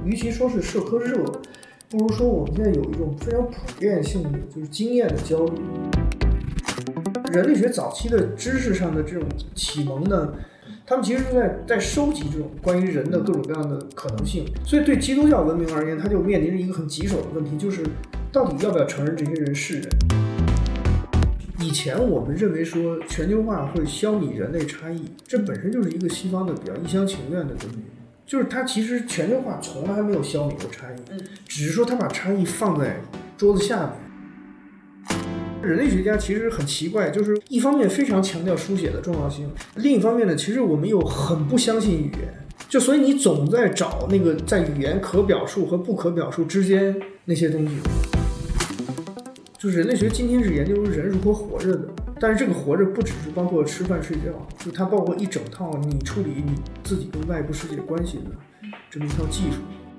与其说是社科热，不如说我们现在有一种非常普遍性的就是经验的焦虑。人类学早期的知识上的这种启蒙呢，他们其实是在收集这种关于人的各种各样的可能性。所以对基督教文明而言，它就面临着一个很棘手的问题，就是到底要不要承认这些人是人。以前我们认为说全球化会消弭人类差异，这本身就是一个西方的比较一厢情愿的东西，就是它其实全球化从来没有消弭过差异，只是说它把差异放在桌子下面。人类学家其实很奇怪，就是一方面非常强调书写的重要性，另一方面呢，其实我们又很不相信语言，就所以你总在找那个在语言可表述和不可表述之间那些东西。就是人类学今天是研究人如何活着的，但是这个活着不只是包括吃饭睡觉，就它包括一整套你处理你自己跟外部世界关系的这么一套技术。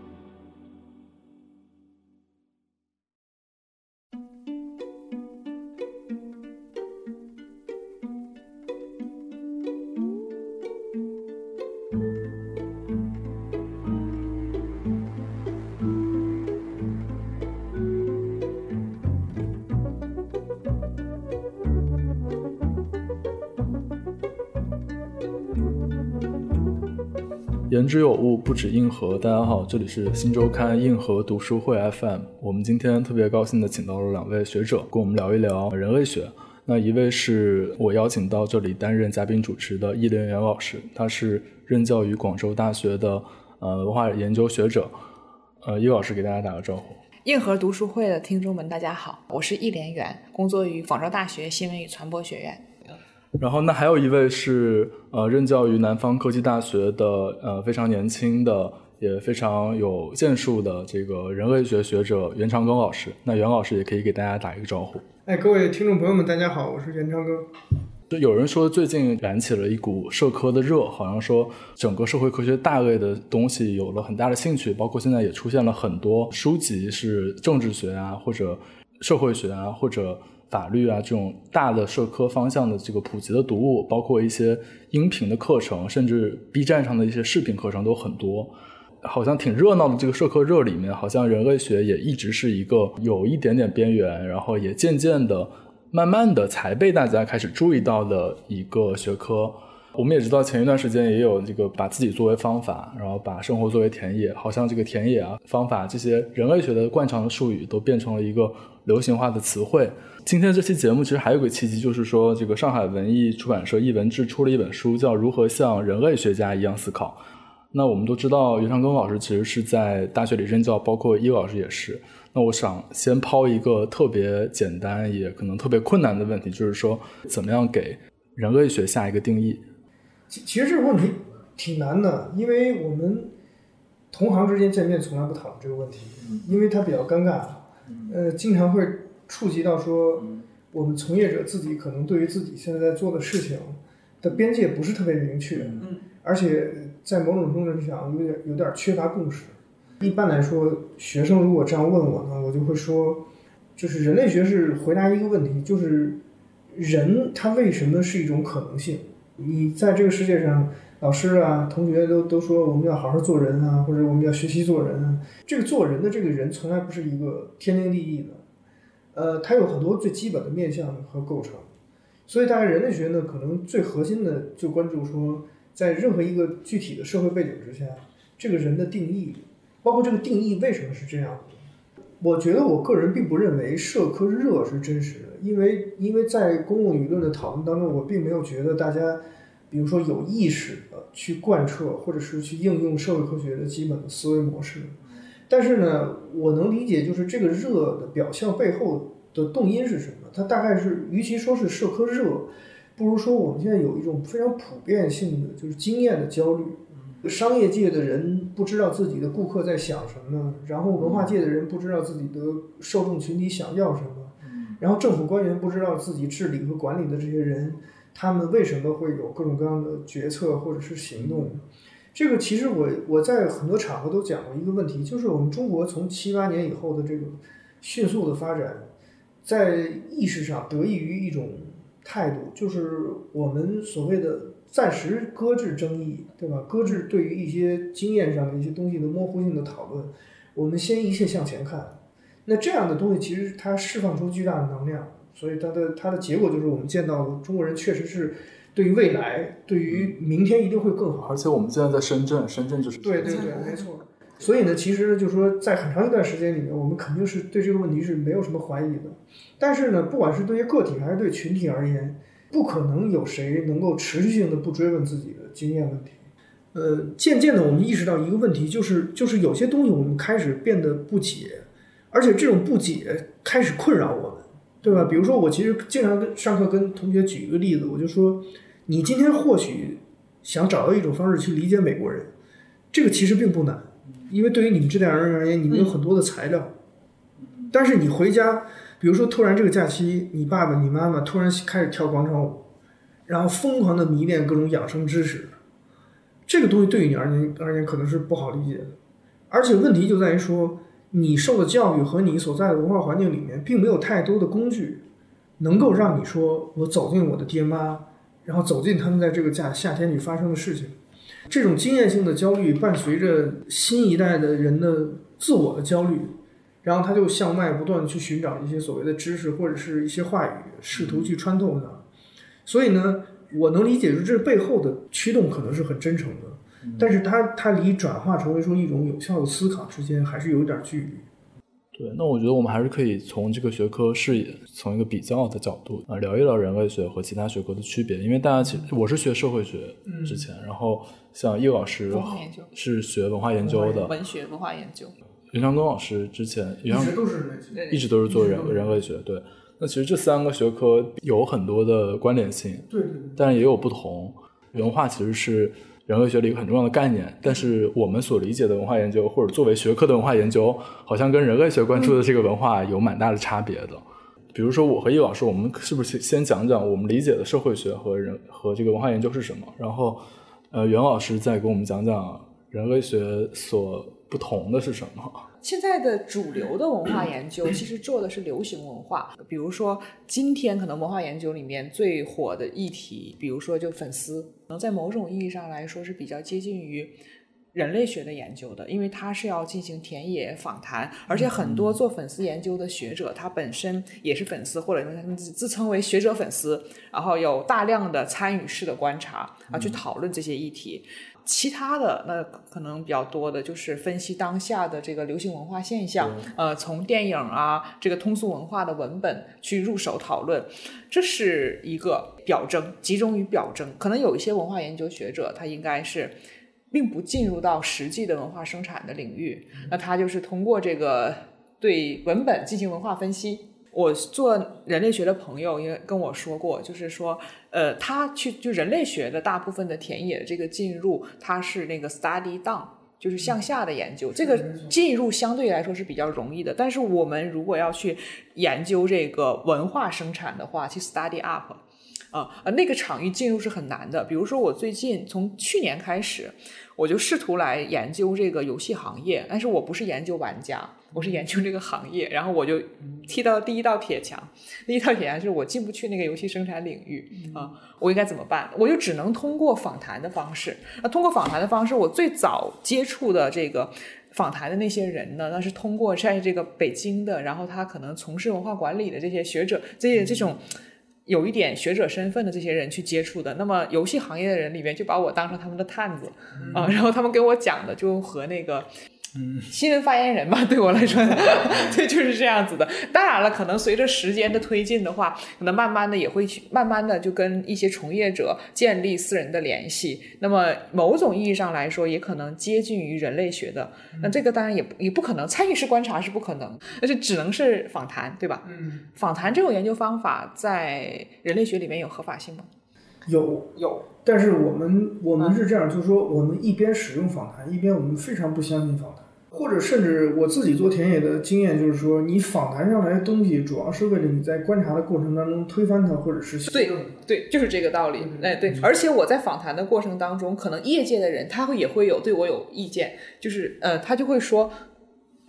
言之有物，不止硬核。大家好，这里是新周刊硬核读书会 FM。我们今天特别高兴的请到了两位学者，跟我们聊一聊人类学。那一位是我邀请到这里担任嘉宾主持的易连元老师，他是任教于广州大学的文化研究学者。易老师给大家打个招呼。 硬核读书会的听众们，大家好，我是易连元，工作于广州大学新闻与传播学院。 然后那还有一位是任教于南方科技大学的非常年轻的也非常有建树的这个人类学学者袁长庚老师。那袁老师也可以给大家打一个招呼。 各位听众朋友们大家好，我是袁长庚。 就有人说最近燃起了一股社科的热，好像说整个社会科学大类的东西有了很大的兴趣，包括现在也出现了很多书籍是政治学啊或者社会学啊或者法律啊这种大的社科方向的这个普及的读物，包括一些音频的课程，甚至 B 站上的一些视频课程都很多，好像挺热闹的。这个社科热里面，好像人类学也一直是一个有一点点边缘，然后也渐渐的慢慢的才被大家开始注意到的一个学科。我们也知道前一段时间也有这个把自己作为方法，然后把生活作为田野，好像这个田野啊方法这些人类学的惯常的术语都变成了一个流行化的词汇。今天这期节目其实还有个契机，就是说这个上海文艺出版社艺文志出了一本书叫《如何像人类学家一样思考》。那我们都知道袁长庚老师其实是在大学里任教，包括易老师也是。那我想先抛一个特别简单也可能特别困难的问题，就是说怎么样给人类学下一个定义。 其实这个问题挺难的，因为我们同行之间见面从来不讨论这个问题，因为它比较尴尬。经常会触及到说我们从业者自己可能对于自己现在在做的事情的边界不是特别明确，而且在某种程度上有点缺乏共识。一般来说，学生如果这样问我呢，我就会说，就是人类学是回答一个问题，就是人他为什么是一种可能性。你在这个世界上，老师啊同学都说我们要好好做人啊，或者我们要学习做人啊。这个做人的这个人从来不是一个天经地义的，它有很多最基本的面向和构成。所以大概人类学呢，可能最核心的就关注说，在任何一个具体的社会背景之下，这个人的定义，包括这个定义为什么是这样的。我觉得我个人并不认为社科热是真实的，因为在公共舆论的讨论当中，我并没有觉得大家比如说有意识的去贯彻或者是去应用社会科学的基本的思维模式。但是呢，我能理解就是这个热的表象背后的动因是什么。它大概是与其说是社科热，不如说我们现在有一种非常普遍性的就是经验的焦虑。商业界的人不知道自己的顾客在想什么，然后文化界的人不知道自己的受众群体想要什么，然后政府官员不知道自己治理和管理的这些人他们为什么会有各种各样的决策或者是行动。这个其实我在很多场合都讲过一个问题，就是我们中国从7、8年以后的这个迅速的发展，在意识上得益于一种态度，就是我们所谓的暂时搁置争议，对吧？搁置对于一些经验上的一些东西的模糊性的讨论，我们先一切向前看。那这样的东西其实它释放出巨大的能量，所以它的结果就是我们见到中国人确实是对于未来，对于明天一定会更好。 而且我们现在在深圳就是对，没错。所以呢，其实呢，就是说，在很长一段时间里面，我们肯定是对这个问题是没有什么怀疑的。但是呢，不管是对于个体还是对群体而言，不可能有谁能够持续性的不追问自己的经验问题。渐渐的，我们意识到一个问题，就是有些东西我们开始变得不解，而且这种不解开始困扰我们，对吧？比如说，我其实经常上课跟同学举一个例子，我就说，你今天或许想找到一种方式去理解美国人，这个其实并不难。因为对于你们这代人而言，你们有很多的材料，但是你回家，比如说突然这个假期，你爸爸、你妈妈突然开始跳广场舞，然后疯狂的迷恋各种养生知识，这个东西对于你而言可能是不好理解的。而且问题就在于说，你受的教育和你所在的文化环境里面，并没有太多的工具，能够让你说我走进我的爹妈，然后走进他们在这个夏天里发生的事情。这种经验性的焦虑伴随着新一代的人的自我的焦虑，然后他就向外不断的去寻找一些所谓的知识或者是一些话语，试图去穿透它。所以呢，我能理解这背后的驱动可能是很真诚的，但是它离转化成为说一种有效的思考之间还是有一点距离。 对，那我觉得我们还是可以从这个学科视野，从一个比较的角度聊一聊人类学和其他学科的区别。因为大家其实我是学社会学之前，然后像叶老师是学文化研究的， 文学文化研究。 袁长东老师之前一直都是做人类学。对，那其实这三个学科有很多的关联性， 对， 但是也有不同。文化其实是人类学的一个很重要的概念，但是我们所理解的文化研究，或者作为学科的文化研究，好像跟人类学关注的这个文化有蛮大的差别的。比如说我和易老师，我们是不是先讲讲我们理解的社会学和这个文化研究是什么，然后袁老师再给我们讲讲人类学所不同的是什么。 现在的主流的文化研究其实做的是流行文化，比如说今天可能文化研究里面最火的议题，比如说就粉丝，可能在某种意义上来说是比较接近于人类学的研究的，因为它是要进行田野访谈，而且很多做粉丝研究的学者他本身也是粉丝，或者说他们自称为学者粉丝，然后有大量的参与式的观察去讨论这些议题。其他的那可能比较多的就是分析当下的这个流行文化现象，从电影啊这个通俗文化的文本去入手讨论，这是一个表征，集中于表征。可能有一些文化研究学者他应该是并不进入到实际的文化生产的领域，那他就是通过这个对文本进行文化分析。我做人类学的朋友也跟我说过，就是说他就人类学的大部分的田野的这个进入，它是那个 study down， 就是向下的研究，这个进入相对来说是比较容易的，但是我们如果要去研究这个文化生产的话，去 study up那个场域进入是很难的。比如说我最近从去年开始，我就试图来研究这个游戏行业，但是我不是研究玩家，我是研究这个行业，然后我就踢到第一道铁墙。第一道铁墙就是我进不去那个游戏生产领域我应该怎么办？我就只能通过访谈的方式。通过访谈的方式，我最早接触的这个访谈的那些人呢，那是通过在这个北京的，然后他可能从事文化管理的这些学者，这种有一点学者身份的这些人去接触的。那么游戏行业的人里面就把我当成他们的探子然后他们给我讲的就和那个新闻发言人吧，对我来说对，就是这样子的。当然了，可能随着时间的推进的话，可能慢慢的也会慢慢的就跟一些从业者建立私人的联系，那么某种意义上来说也可能接近于人类学的。那这个当然也不可能，参与式观察是不可能，而且只能是访谈，对吧？访谈这种研究方法在人类学里面有合法性吗？ 有，但是我们是这样，就是说我们一边使用访谈，一边我们非常不相信访谈，或者甚至我自己做田野的经验就是说，你访谈上来的东西主要是为了你在观察的过程当中推翻它，或者是修正。 对，就是这个道理。对，而且我在访谈的过程当中，可能业界的人他也会对我有意见，就是他就会说，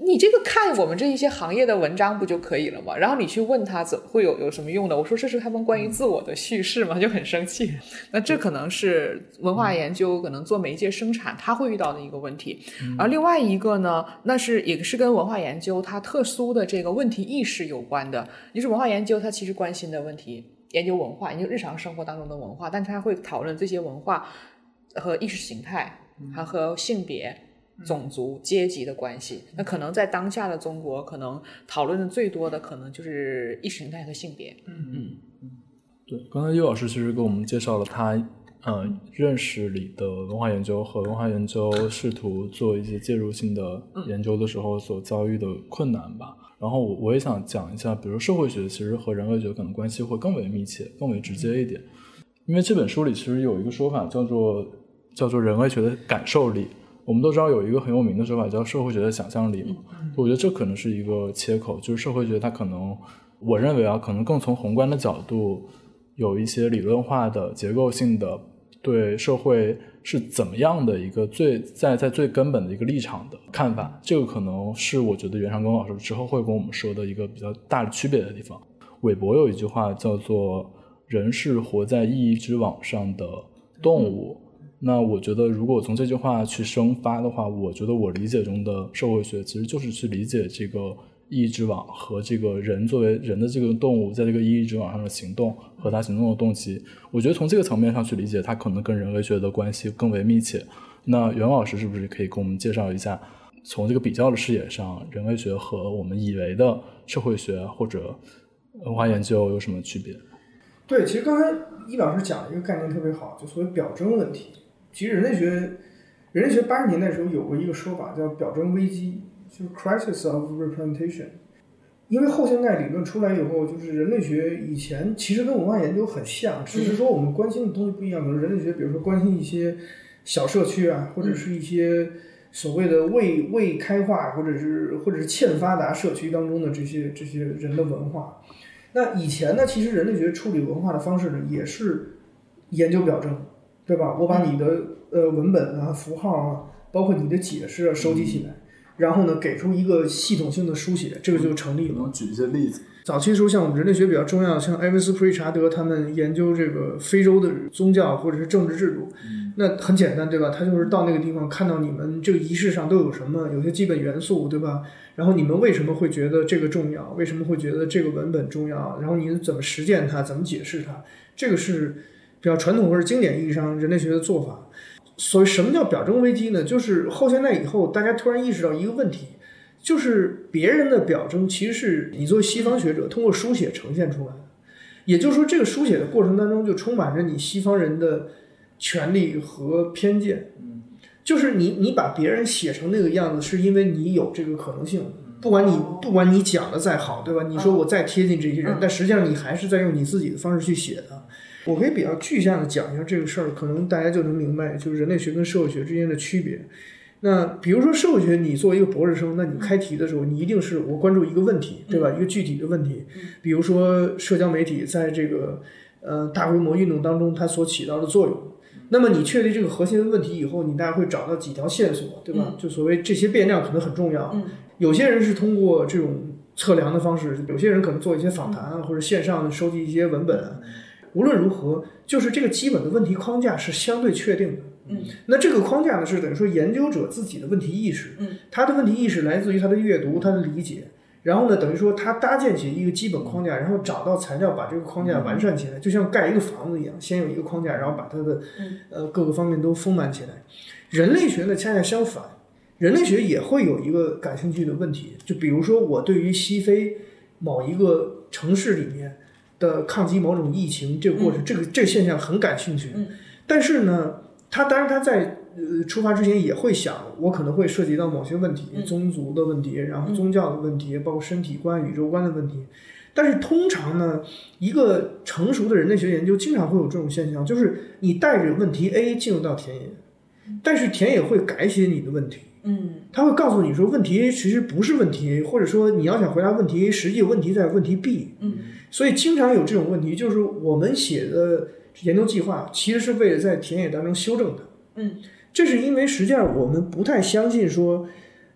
你这个看我们这一些行业的文章不就可以了吗？然后你去问他怎会有什么用的？我说这是他们关于自我的叙事嘛，就很生气。那这可能是文化研究可能做媒介生产他会遇到的一个问题。而另外一个呢，那也是跟文化研究它特殊的这个问题意识有关的，就是文化研究它其实关心的问题，研究文化，研究日常生活当中的文化，但它会讨论这些文化和意识形态，还和性别、种族、阶级的关系。那可能在当下的中国，可能讨论的最多的可能就是意识形态和性别。 对，刚才叶老师其实给我们介绍了他认识里的文化研究和文化研究试图做一些介入性的研究的时候所遭遇的困难吧。然后我也想讲一下，比如社会学其实和人类学可能关系会更为密切、更为直接一点。因为这本书里其实有一个说法叫做人类学的感受力。我们都知道有一个很有名的说法叫社会学的想象力嘛，我觉得这可能是一个切口，就是社会学它可能，我认为可能更从宏观的角度有一些理论化的结构性的对社会是怎么样的一个在最根本的一个立场的看法。这个可能是我觉得袁长庚老师之后会跟我们说的一个比较大的区别的地方。韦伯有一句话叫做人是活在意义之网上的动物，那我觉得如果从这句话去生发的话，我觉得我理解中的社会学其实就是去理解这个意义之网和这个人作为人的这个动物在这个意义之网上的行动和他行动的动机。我觉得从这个层面上去理解，它可能跟人类学的关系更为密切。那袁老师是不是可以给我们介绍一下，从这个比较的视野上，人类学和我们以为的社会学或者文化研究有什么区别？ 对，其实刚才易老师讲了一个概念特别好，就所谓表征问题。其实人类学80年代的时候有过一个说法叫表征危机，就是 crisis of representation。因为后现代理论出来以后，就是人类学以前其实跟文化研究很像，只是说我们关心的东西不一样。可能人类学比如说关心一些小社区啊，或者是一些所谓的未开化或者是欠发达社区当中的这些人的文化。那以前呢，其实人类学处理文化的方式呢，也是研究表征，对吧？我把你的文本啊、符号啊，包括你的解释啊收集起来，然后呢给出一个系统性的书写，这个就成立了。 能举一些例子？ 早期的时候，像我们人类学比较重要，像埃文斯普理查德他们研究这个非洲的宗教或者是政治制度，那很简单，对吧？他就是到那个地方看到你们这个仪式上都有什么，有些基本元素，对吧？然后你们为什么会觉得这个重要？为什么会觉得这个文本重要？然后你怎么实践它？怎么解释它？这个是比较传统或者经典意义上人类学的做法。所以什么叫表征危机呢？就是后现代以后，大家突然意识到一个问题，就是别人的表征其实是你作为西方学者通过书写呈现出来的。也就是说，这个书写的过程当中就充满着你西方人的权利和偏见。就是你把别人写成那个样子，是因为你有这个可能性。不管你讲的再好，对吧？你说我再贴近这些人，但实际上你还是在用你自己的方式去写的。我可以比较具象的讲一下这个事儿，可能大家就能明白，就是人类学跟社会学之间的区别。那比如说社会学，你作为一个博士生，那你开题的时候，你一定是我关注一个问题，对吧？一个具体的问题，比如说社交媒体在这个大规模运动当中它所起到的作用。那么你确立这个核心的问题以后，你大概会找到几条线索，对吧？就所谓这些变量可能很重要。有些人是通过这种测量的方式，有些人可能做一些访谈啊，或者线上收集一些文本啊。无论如何，就是这个基本的问题框架是相对确定的。那这个框架呢，是等于说研究者自己的问题意识。他的问题意识来自于他的阅读、他的理解，然后呢，等于说他搭建起一个基本框架，然后找到材料把这个框架完善起来，就像盖一个房子一样，先有一个框架，然后把它的各个方面都丰满起来。人类学呢，恰恰相反，人类学也会有一个感兴趣的问题，就比如说我对于西非某一个城市里面的抗击某种疫情这个过程，这个现象很感兴趣。但是呢，当然他在出发之前也会想，我可能会涉及到某些问题，宗族的问题，然后宗教的问题，包括身体观、宇宙观的问题。但是通常呢，一个成熟的人类学研究经常会有这种现象，就是你带着问题 A 进入到田野，但是田野会改写你的问题。他会告诉你说问题 A 其实不是问题 A， 或者说你要想回答问题 A， 实际问题在问题 B。所以经常有这种问题，就是我们写的研究计划其实是为了在田野当中修正它。这是因为实际上我们不太相信说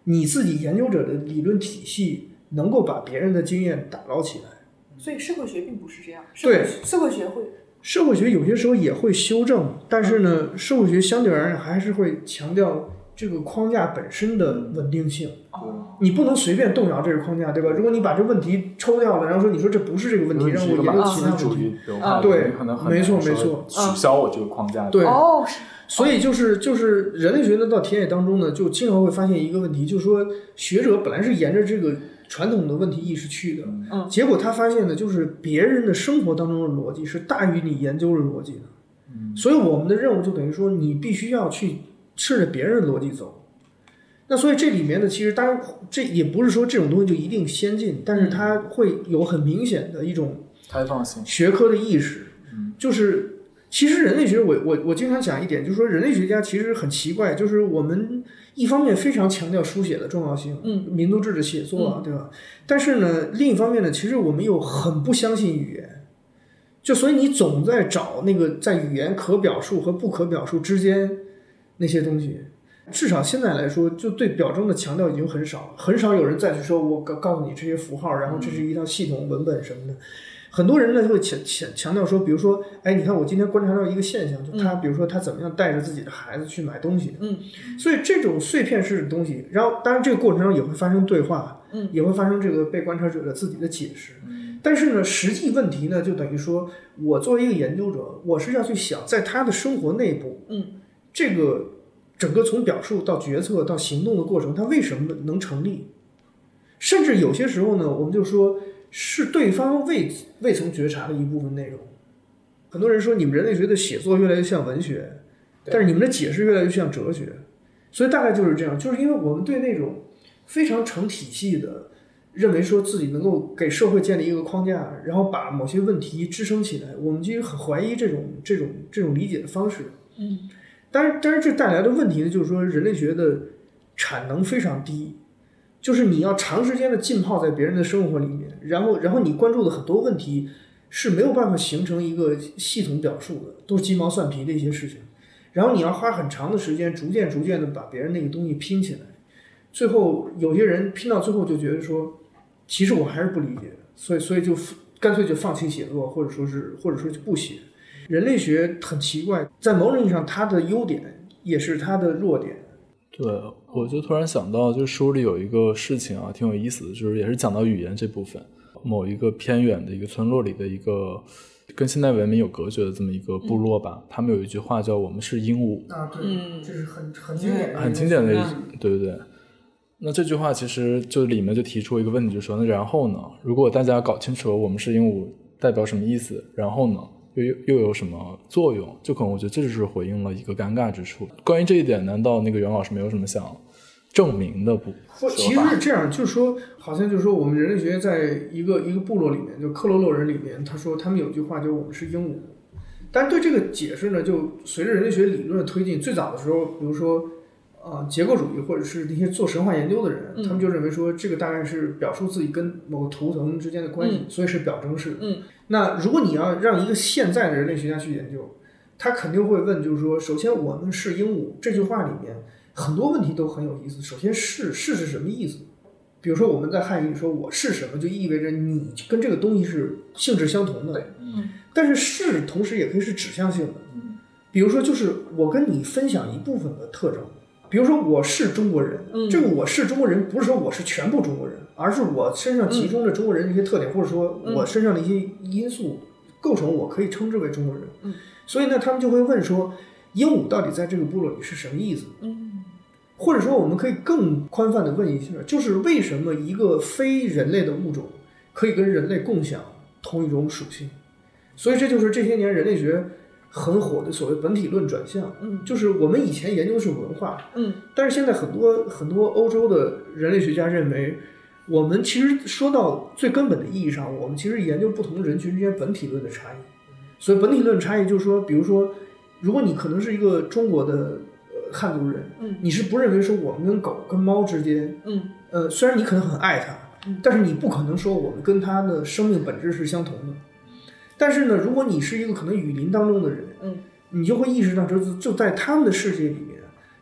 你自己研究者的理论体系能够把别人的经验打捞起来。 所以社会学并不是这样， 对， 社会学会。 社会学有些时候也会修正，但是呢，社会学相对而言还是会强调这个框架本身的稳定性。你不能随便动摇这个框架，对吧？如果你把这个问题抽掉了，然后说你说这不是这个问题，让我研究其他问题，对，没错没错， 取消我这个框架。 对，所以就是人类学呢到田野当中呢，就经常会发现一个问题，就是说学者本来是沿着这个传统的问题意识去的，结果他发现呢，就是别人的生活当中的逻辑是大于你研究的逻辑的，所以我们的任务就等于说，你必须要去顺着别人的逻辑走。那所以这里面呢，其实当然这也不是说这种东西就一定先进，但是它会有很明显的一种开放性学科的意识，就是其实人类学我经常讲一点，就是说人类学家其实很奇怪，就是我们一方面非常强调书写的重要性，民族志的写作啊，对吧？但是呢，另一方面呢，其实我们又很不相信语言，就所以你总在找那个在语言可表述和不可表述之间那些东西。至少现在来说，就对表征的强调已经很少了，很少有人再去说我告诉你这些符号，然后这是一套系统文本什么的。很多人呢会强调说，比如说，哎，你看我今天观察到一个现象，就他比如说他怎么样带着自己的孩子去买东西，所以这种碎片式的东西，然后当然这个过程中也会发生对话，也会发生这个被观察者的自己的解释，但是呢，实际问题呢就等于说，我作为一个研究者，我是要去想在他的生活内部，这个整个从表述到决策到行动的过程，它为什么能成立？甚至有些时候呢，我们就说是对方未曾觉察的一部分内容。很多人说你们人类学的写作越来越像文学，但是你们的解释越来越像哲学。所以大概就是这样，就是因为我们对那种非常成体系的认为说自己能够给社会建立一个框架，然后把某些问题支撑起来，我们其实很怀疑这种理解的方式。但是这带来的问题呢，就是说人类学的产能非常低，就是你要长时间的浸泡在别人的生活里面，然后你关注的很多问题是没有办法形成一个系统表述的，都是鸡毛蒜皮的一些事情。然后你要花很长的时间，逐渐的把别人那个东西拼起来，最后有些人拼到最后就觉得说，其实我还是不理解，所以就干脆就放弃写作，或者说就不写。人类学很奇怪，在某种意义上它的优点也是它的弱点。 对，我就突然想到，就是书里有一个事情啊，挺有意思的，就是也是讲到语言这部分，某一个偏远的一个村落里的一个跟现代文明有隔绝的这么一个部落吧，他们有一句话叫我们是鹦鹉啊，对，这是很经典的很经典的对。那这句话其实就里面就提出一个问题，就是说那然后呢，如果大家搞清楚了我们是鹦鹉代表什么意思，然后呢又有什么作用，就可能我觉得这就是回应了一个尴尬之处。关于这一点，难道那个袁老师没有什么想证明的不？ 其实是这样，就是说好像就是说我们人类学在一个部落里面，就克罗洛人里面，他说他们有句话就是我们是鹦鹉。但对这个解释呢，就随着人类学理论的推进，最早的时候比如说结构主义或者是那些做神话研究的人，他们就认为说这个大概是表述自己跟某个图腾之间的关系，所以是表征式的。那如果你要让一个现在的人类学家去研究，他肯定会问，就是说首先我们是鹦鹉这句话里面很多问题都很有意思。首先是什么意思？比如说我们在汉语里说我是什么，就意味着你跟这个东西是性质相同的。但是同时也可以是指向性的。比如说就是我跟你分享一部分的特征，比如说我是中国人，这个我是中国人不是说我是全部中国人，而是我身上集中的中国人的一些特点，或者说我身上的一些因素构成我可以称之为中国人。所以呢他们就会问说，鹦鹉到底在这个部落里是什么意思？或者说我们可以更宽泛的问一下，就是为什么一个非人类的物种可以跟人类共享同一种属性？所以这就是这些年人类学很火的所谓本体论转向。就是我们以前研究的是文化，但是现在很多欧洲的人类学家认为，我们其实说到最根本的意义上，我们其实研究不同人群之间本体论的差异。所以本体论差异就是说，比如说如果你可能是一个中国的汉族人，你是不认为说我们跟狗跟猫之间，虽然你可能很爱它，但是你不可能说我们跟它的生命本质是相同的。但是呢，如果你是一个可能雨林当中的人，你就会意识到就在他们的世界里面，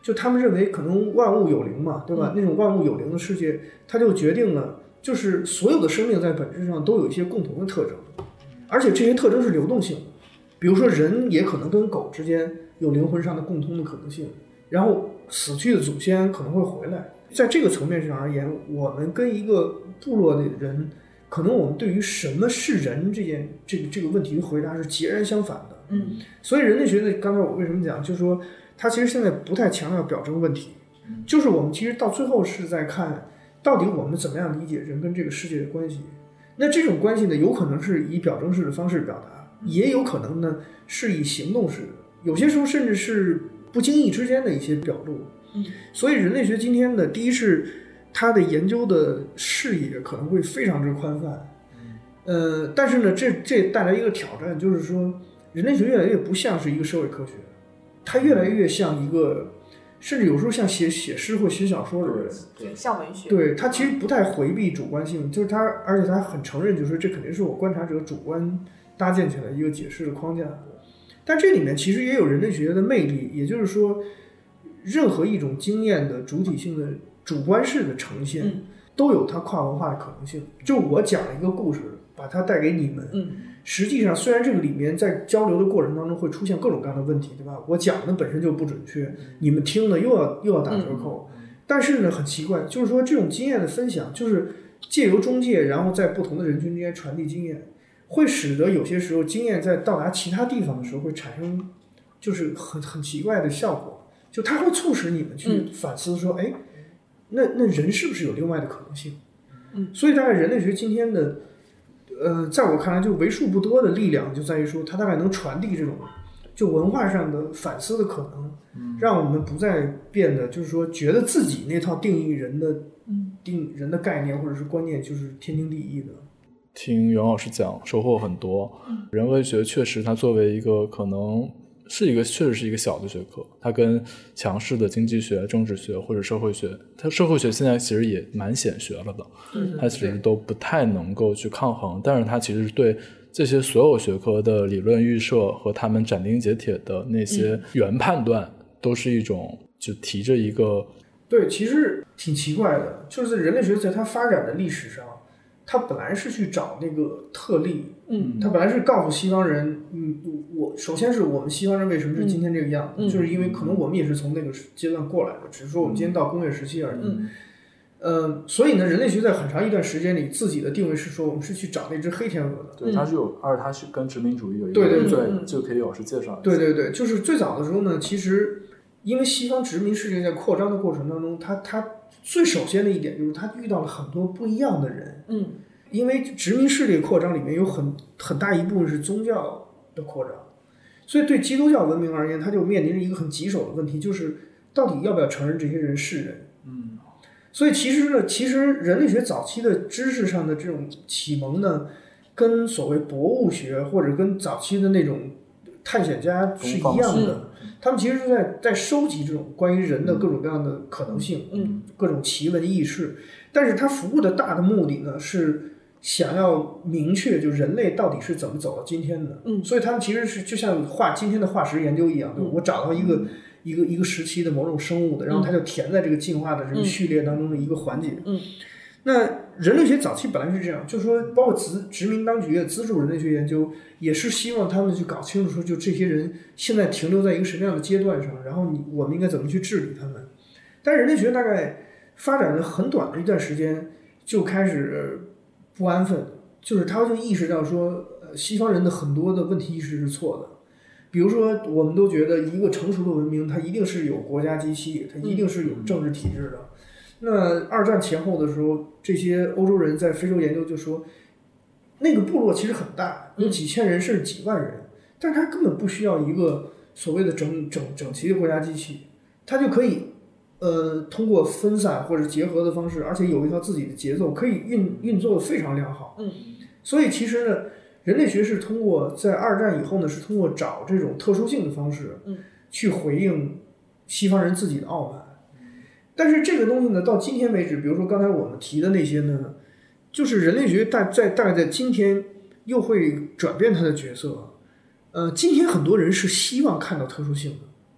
就他们认为可能万物有灵嘛，对吧？那种万物有灵的世界，它就决定了，就是所有的生命在本质上都有一些共同的特征，而且这些特征是流动性的。比如说人也可能跟狗之间有灵魂上的共通的可能性，然后死去的祖先可能会回来。在这个层面上而言，我们跟一个部落的人，可能我们对于什么是人这个问题的回答是截然相反的。所以人类学的刚才我为什么讲，就是说它其实现在不太强调表征问题，就是我们其实到最后是在看到底我们怎么样理解人跟这个世界的关系。那这种关系呢，有可能是以表征式的方式表达，也有可能呢是以行动式的，有些时候甚至是不经意之间的一些表露。所以人类学今天的第一是它的研究的视野可能会非常之宽泛，但是呢这带来一个挑战，就是说人类学越来越不像是一个社会科学，它越来越像一个，甚至有时候像写诗或写小说的人， 对，像文学。 对，他其实不太回避主观性，就是他，而且他很承认，就是这肯定是我观察者主观搭建起来一个解释的框架。但这里面其实也有人类学的魅力，也就是说，任何一种经验的主体性的主观式的呈现，都有它跨文化的可能性。就我讲了一个故事，把它带给你们，实际上虽然这个里面在交流的过程当中会出现各种各样的问题，对吧？我讲的本身就不准确，你们听的又要打折扣，但是呢很奇怪，就是说这种经验的分享，就是借由中介，然后在不同的人群之间传递经验，会使得有些时候经验在到达其他地方的时候会产生就是很奇怪的效果，就它会促使你们去反思说，哎，那人是不是有另外的可能性？所以大概人类学今天的在我看来就为数不多的力量就在于说，它大概能传递这种就文化上的反思的可能，让我们不再变得就是说觉得自己那套定义人的概念或者是观念就是天经地义的。 听袁老师讲收获很多。人文学确实它作为一个可能确实是一个小的学科，它跟强势的经济学、政治学或者社会学，它社会学现在其实也蛮显学了的，它其实都不太能够去抗衡，但是它其实对这些所有学科的理论预设和他们斩钉截铁的那些原判断，都是一种就提着一个对，其实挺奇怪的，就是人类学在它发展的历史上，它本来是去找那个特例，它本来是告诉西方人，首先是我们西方人为什么是今天这个样子，就是因为可能我们也是从那个阶段过来的，只是说我们今天到工业时期而已。所以呢，人类学在很长一段时间里，自己的定位是说我们是去找那只黑天鹅的。 对，它是有，而且它是跟殖民主义有一个就可以有是介绍。 对，就是最早的时候呢，其实因为西方殖民世界在扩张的过程当中，它最首先的一点就是它遇到了很多不一样的人。因为殖民势力扩张里面有很大一部分是宗教的扩张，所以对基督教文明而言，它就面临着一个很棘手的问题，就是到底要不要承认这些人是人。所以其实人类学早期的知识上的这种启蒙呢，跟所谓博物学或者跟早期的那种探险家是一样的，他们其实是在收集这种关于人的各种各样的可能性，各种奇闻异事，但是他服务的大的目的呢是想要明确就人类到底是怎么走到今天的。所以他们其实是就像今天的化石研究一样，我找到一个时期的某种生物的，然后它就填在这个进化的这个序列当中的一个环节。那人类学早期本来是这样，就是说包括殖民当局也资助人类学研究，也是希望他们去搞清楚说就这些人现在停留在一个什么样的阶段上，然后我们应该怎么去治理他们。但人类学大概发展了很短的一段时间就开始不安分，就是他就意识到说西方人的很多的问题意识是错的。比如说我们都觉得一个成熟的文明它一定是有国家机器，它一定是有政治体制的。那二战前后的时候，这些欧洲人在非洲研究就说，那个部落其实很大，有几千人甚至几万人，但是他根本不需要一个所谓的整齐的国家机器，他就可以通过分散或者结合的方式，而且有一套自己的节奏，可以运作的非常良好。所以其实呢，人类学是通过在二战以后呢，是通过找这种特殊性的方式，去回应西方人自己的傲慢。但是这个东西呢，到今天为止，比如说刚才我们提的那些呢，就是人类学大概在今天又会转变它的角色。今天很多人是希望看到特殊性的，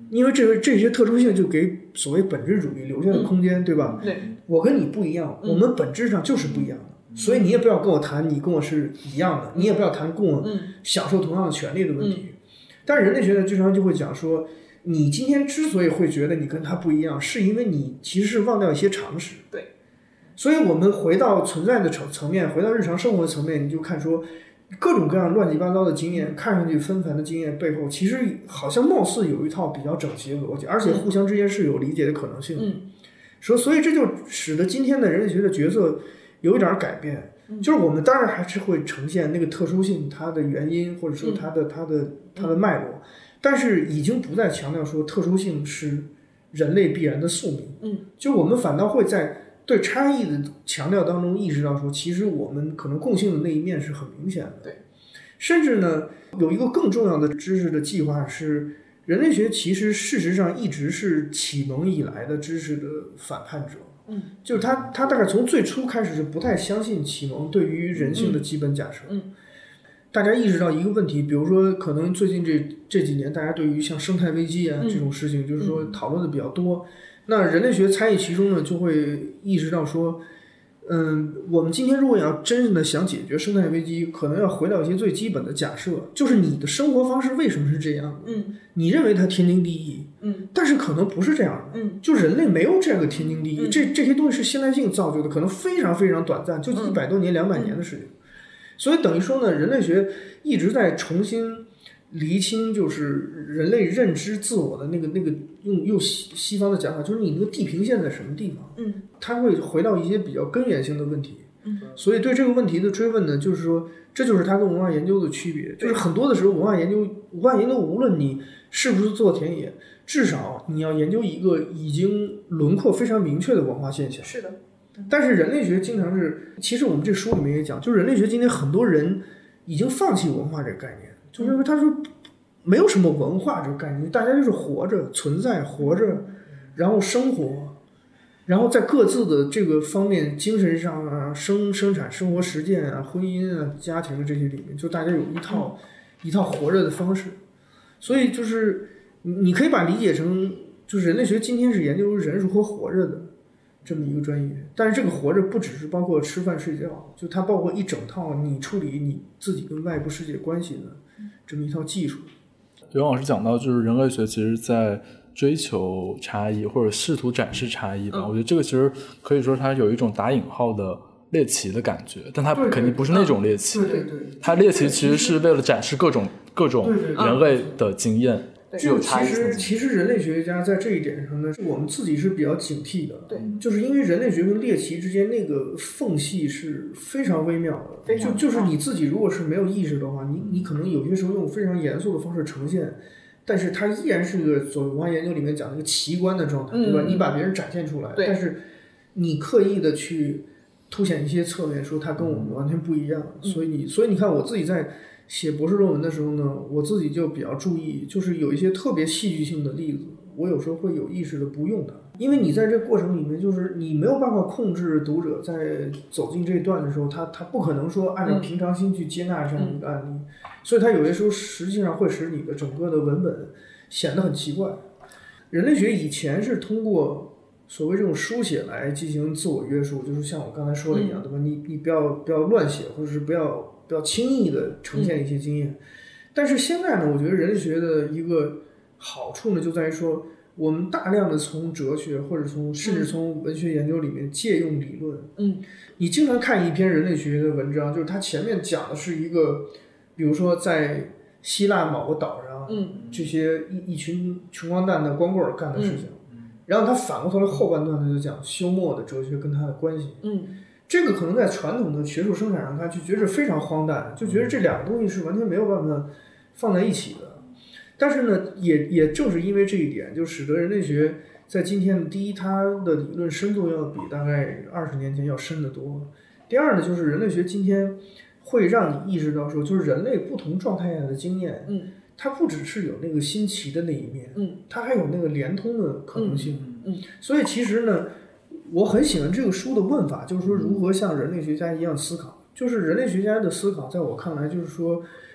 因为这些特殊性就给所谓本质主义留下的空间，对吧？ 对， 我跟你不一样，我们本质上就是不一样的，所以你也不要跟我谈你跟我是一样的，你也不要谈跟我享受同样的权利的问题。但是人类学呢，经常就会讲说，你今天之所以会觉得你跟他不一样，是因为你其实是忘掉一些常识。 对， 所以我们回到存在的层面，回到日常生活的层面，你就看说各种各样乱七八糟的经验，看上去纷繁的经验背后，其实好像貌似有一套比较整齐的逻辑，而且互相之间是有理解的可能性的。所以这就使得今天的人类学的角色有一点改变，就是我们当然还是会呈现那个特殊性，它的原因或者说它的脉络，但是已经不再强调说特殊性是人类必然的宿命。就我们反倒会在对差异的强调当中意识到说，其实我们可能共性的那一面是很明显的。 对， 甚至呢，有一个更重要的知识的计划是，人类学其实事实上一直是启蒙以来的知识的反叛者。就是他大概从最初开始是不太相信启蒙对于人性的基本假设。大家意识到一个问题，比如说可能最近这几年，大家对于像生态危机啊这种事情，就是说讨论的比较多。那人类学参与其中呢，就会意识到说，我们今天如果要真正的想解决生态危机，可能要回到一些最基本的假设，就是你的生活方式为什么是这样的？你认为它天经地义，但是可能不是这样的。就人类没有这个天经地义，这些东西是现代性造就的，可能非常非常短暂，就100多年、200年的事情。所以等于说呢，人类学一直在重新厘清，就是人类认知自我的那个用西方的讲法，就是你那个地平线在什么地方。它会回到一些比较根源性的问题。所以对这个问题的追问呢，就是说这就是它跟文化研究的区别。就是很多的时候，文化研究无论你是不是做田野，至少你要研究一个已经轮廓非常明确的文化现象。 是的。 但是人类学经常是，其实我们这书里面也讲，就是人类学今天很多人已经放弃文化这个概念，就是因为他说没有什么文化这个概念，大家就是活着、存在、活着，然后生活，然后在各自的这个方面，精神上啊、生产、生活实践啊、婚姻啊、家庭这些里面，就大家有一套活着的方式。所以就是你可以把理解成，就是人类学今天是研究人如何活着的这么一个专业，但是这个活着不只是包括吃饭睡觉，就它包括一整套你处理你自己跟外部世界关系的这么一套技术。 刘老师讲到，就是人类学其实在追求差异或者试图展示差异吧。我觉得这个其实可以说它有一种打引号的猎奇的感觉，但它肯定不是那种猎奇。 对， 它猎奇其实是为了展示各种人类的经验。 这个其实人类学家在这一点上呢，我们自己是比较警惕的。 对， 就是因为人类学跟猎奇之间那个缝隙是非常微妙的。就是你自己如果是没有意识的话，你可能有些时候用非常严肃的方式呈现，但是它依然是个所谓文化研究里面讲的一个奇观的状态，对吧？你把别人展现出来，但是你刻意的去凸显一些侧面，说它跟我们完全不一样。所以你看，我自己在写博士论文的时候呢，我自己就比较注意，就是有一些特别戏剧性的例子，我有时候会有意识的不用它，因为你在这过程里面，就是你没有办法控制读者在走进这一段的时候，他不可能说按照平常心去接纳这样一个案例，所以他有些时候实际上会使你的整个的文本显得很奇怪。人类学以前是通过所谓这种书写来进行自我约束，就是像我刚才说的一样，对吧？你不要乱写，或者是不要轻易的呈现一些经验。但是现在呢，我觉得人类学的一个好处呢，就在于说，我们大量的从哲学或者甚至从文学研究里面借用理论。你经常看一篇人类学的文章，就是它前面讲的是一个，比如说在希腊某个岛上，这些一群穷光蛋的光棍干的事情，然后他反过头来后半段他就讲休谟的哲学跟他的关系。这个可能在传统的学术生产上看，就觉得非常荒诞，就觉得这两个东西是完全没有办法放在一起的。但是呢，也正是因为这一点，就使得人类学在今天，第一，它的理论深度要比大概20年前要深得多；第二呢，就是人类学今天会让你意识到说，就是人类不同状态下的经验，它不只是有那个新奇的那一面，它还有那个连通的可能性。所以其实呢，我很喜欢这个书的问法，就是说如何像人类学家一样思考。就是人类学家的思考，在我看来，就是说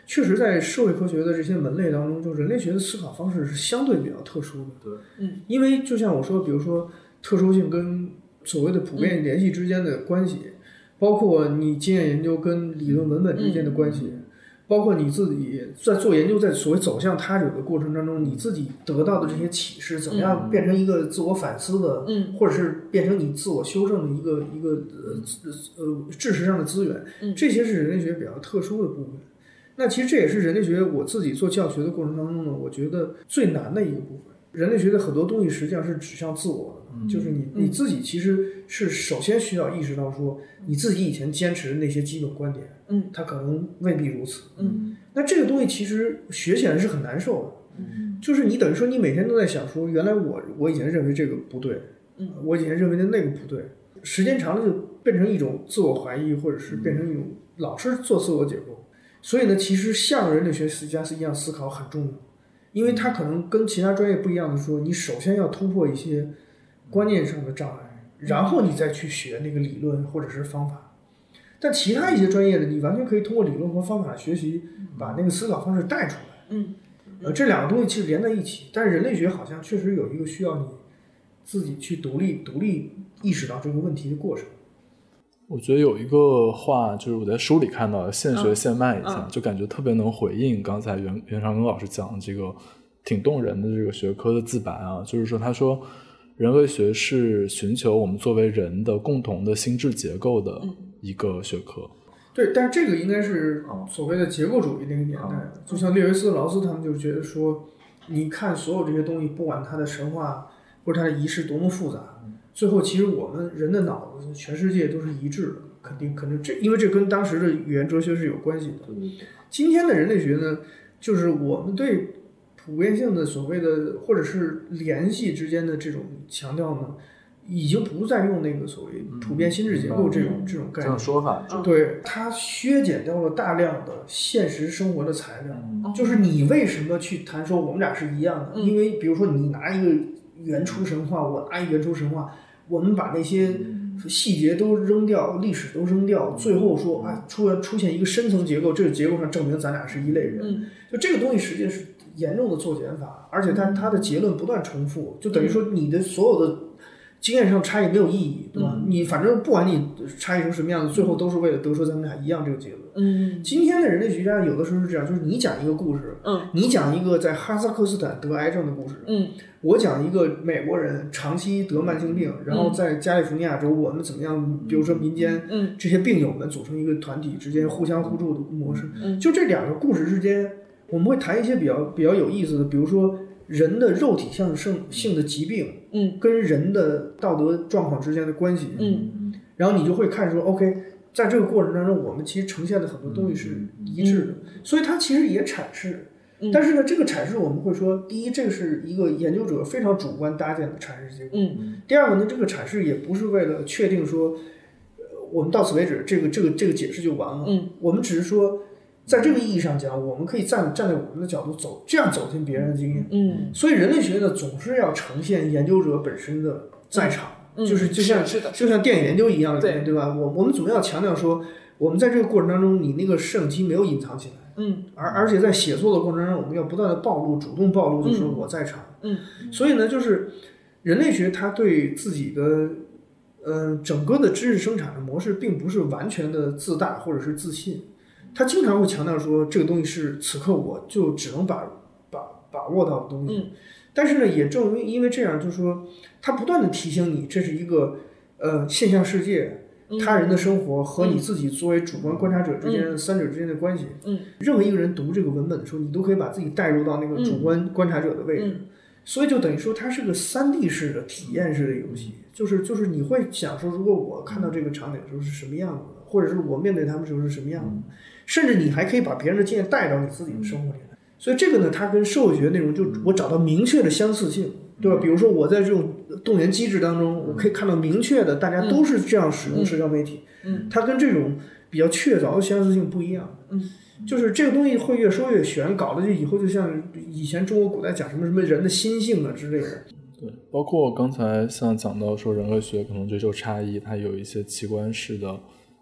确实在社会科学的这些门类当中，就人类学的思考方式是相对比较特殊的。 对， 因为就像我说，比如说特殊性跟所谓的普遍联系之间的关系，包括你经验研究跟理论文本之间的关系，包括你自己在做研究，在所谓走向他者的过程当中，你自己得到的这些启示，怎么样变成一个自我反思的，或者是变成你自我修正的一个知识上的资源，这些是人类学比较特殊的部分。那其实这也是人类学我自己做教学的过程当中呢，我觉得最难的一个部分。人类学的很多东西实际上是指向自我的，就是你自己其实是首先需要意识到说，你自己以前坚持的那些基本观点，它可能未必如此。那这个东西其实学起来是很难受的。就是你等于说你每天都在想说，原来我以前认为这个不对，我以前认为的那个不对，时间长了就变成一种自我怀疑，或者是变成一种老是做自我解构。所以呢，其实像人类学家是一样思考很重要，因为它可能跟其他专业不一样的说，你首先要突破一些观念上的障碍，然后你再去学那个理论或者是方法。但其他一些专业的，你完全可以通过理论和方法学习，把那个思考方式带出来。这两个东西其实连在一起，但是人类学好像确实有一个需要你自己去独立意识到这个问题的过程。 我觉得有一个话，就是我在书里看到的，现学现卖一下，就感觉特别能回应刚才袁长庚老师讲的这个挺动人的这个学科的自白啊，就是说他说人类学是寻求我们作为人的共同的心智结构的一个学科。 对，但是这个应该是所谓的结构主义那个年代的，就像列维斯、劳斯他们就觉得说，你看所有这些东西，不管它的神话或者它的仪式多么复杂，最后其实我们人的脑子，全世界都是一致的，肯定因为这跟当时的语言哲学是有关系的。今天的人类学呢，就是我们对普遍性的所谓的或者是联系之间的这种强调呢，已经不再用那个所谓普遍心智结构这种概念， 这种说法， 对，它削减掉了大量的现实生活的材料。就是你为什么去谈说我们俩是一样的？因为比如说你拿一个原初神话，我拿一个原初神话，我们把那些细节都扔掉，历史都扔掉，最后说出现一个深层结构，这个结构上证明咱俩是一类人。就这个东西实际上是严重的做减法，而且它的结论不断重复，就等于说你的所有的经验上差异没有意义，对吧？你反正不管你差异成什么样子，最后都是为了得出咱们俩一样这个结论。今天的人类学家有的时候是这样，就是你讲一个故事，你讲一个在哈萨克斯坦得癌症的故事，我讲一个美国人长期得慢性病，然后在加利福尼亚州我们怎么样，比如说民间这些病友们组成一个团体之间互相互助的模式，就这两个故事之间，我们会谈一些比较有意思的，比如说人的肉体性的疾病，跟人的道德状况之间的关系，然后你就会看说 ，OK， 在这个过程当中，我们其实呈现的很多东西是一致的，所以它其实也阐释。但是呢，这个阐释我们会说，第一，这个是一个研究者非常主观搭建的阐释结构。第二个呢，这个阐释也不是为了确定说，我们到此为止，这个解释就完了。我们只是说，在这个意义上讲，我们可以站在我们的角度这样走进别人的经验。所以人类学呢，总是要呈现研究者本身的在场，就是就像电影研究一样，对吧？我们总要强调说，我们在这个过程当中，你那个摄影机没有隐藏起来。而且在写作的过程当中，我们要不断的主动暴露，就是说我在场。所以呢，就是人类学它对自己的整个的知识生产的模式，并不是完全的自大或者是自信，他经常会强调说这个东西是此刻我就只能把握到的东西。但是呢，也正因为这样，就是说他不断的提醒你，这是一个现象世界。他人的生活和你自己作为主观观察者之间三者之间的关系，任何一个人读这个文本的时候，你都可以把自己带入到那个主观观察者的位置，所以就等于说它是个3D 式的体验式的游戏，就是你会想说，如果我看到这个场景的时候是什么样子的，或者是我面对他们的时候是什么样子的，甚至你还可以把别人的经验带到你自己的生活里来。所以这个呢，它跟社会学内容就我找到明确的相似性。对吧？比如说我在这种动员机制当中，我可以看到明确的，大家都是这样使用社交媒体，它跟这种比较确凿的相似性不一样。就是这个东西会越说越玄，搞得就以后就像以前中国古代讲什么人的心性啊之类的。 对，包括刚才像讲到说人类学可能追求差异，它有一些奇观式的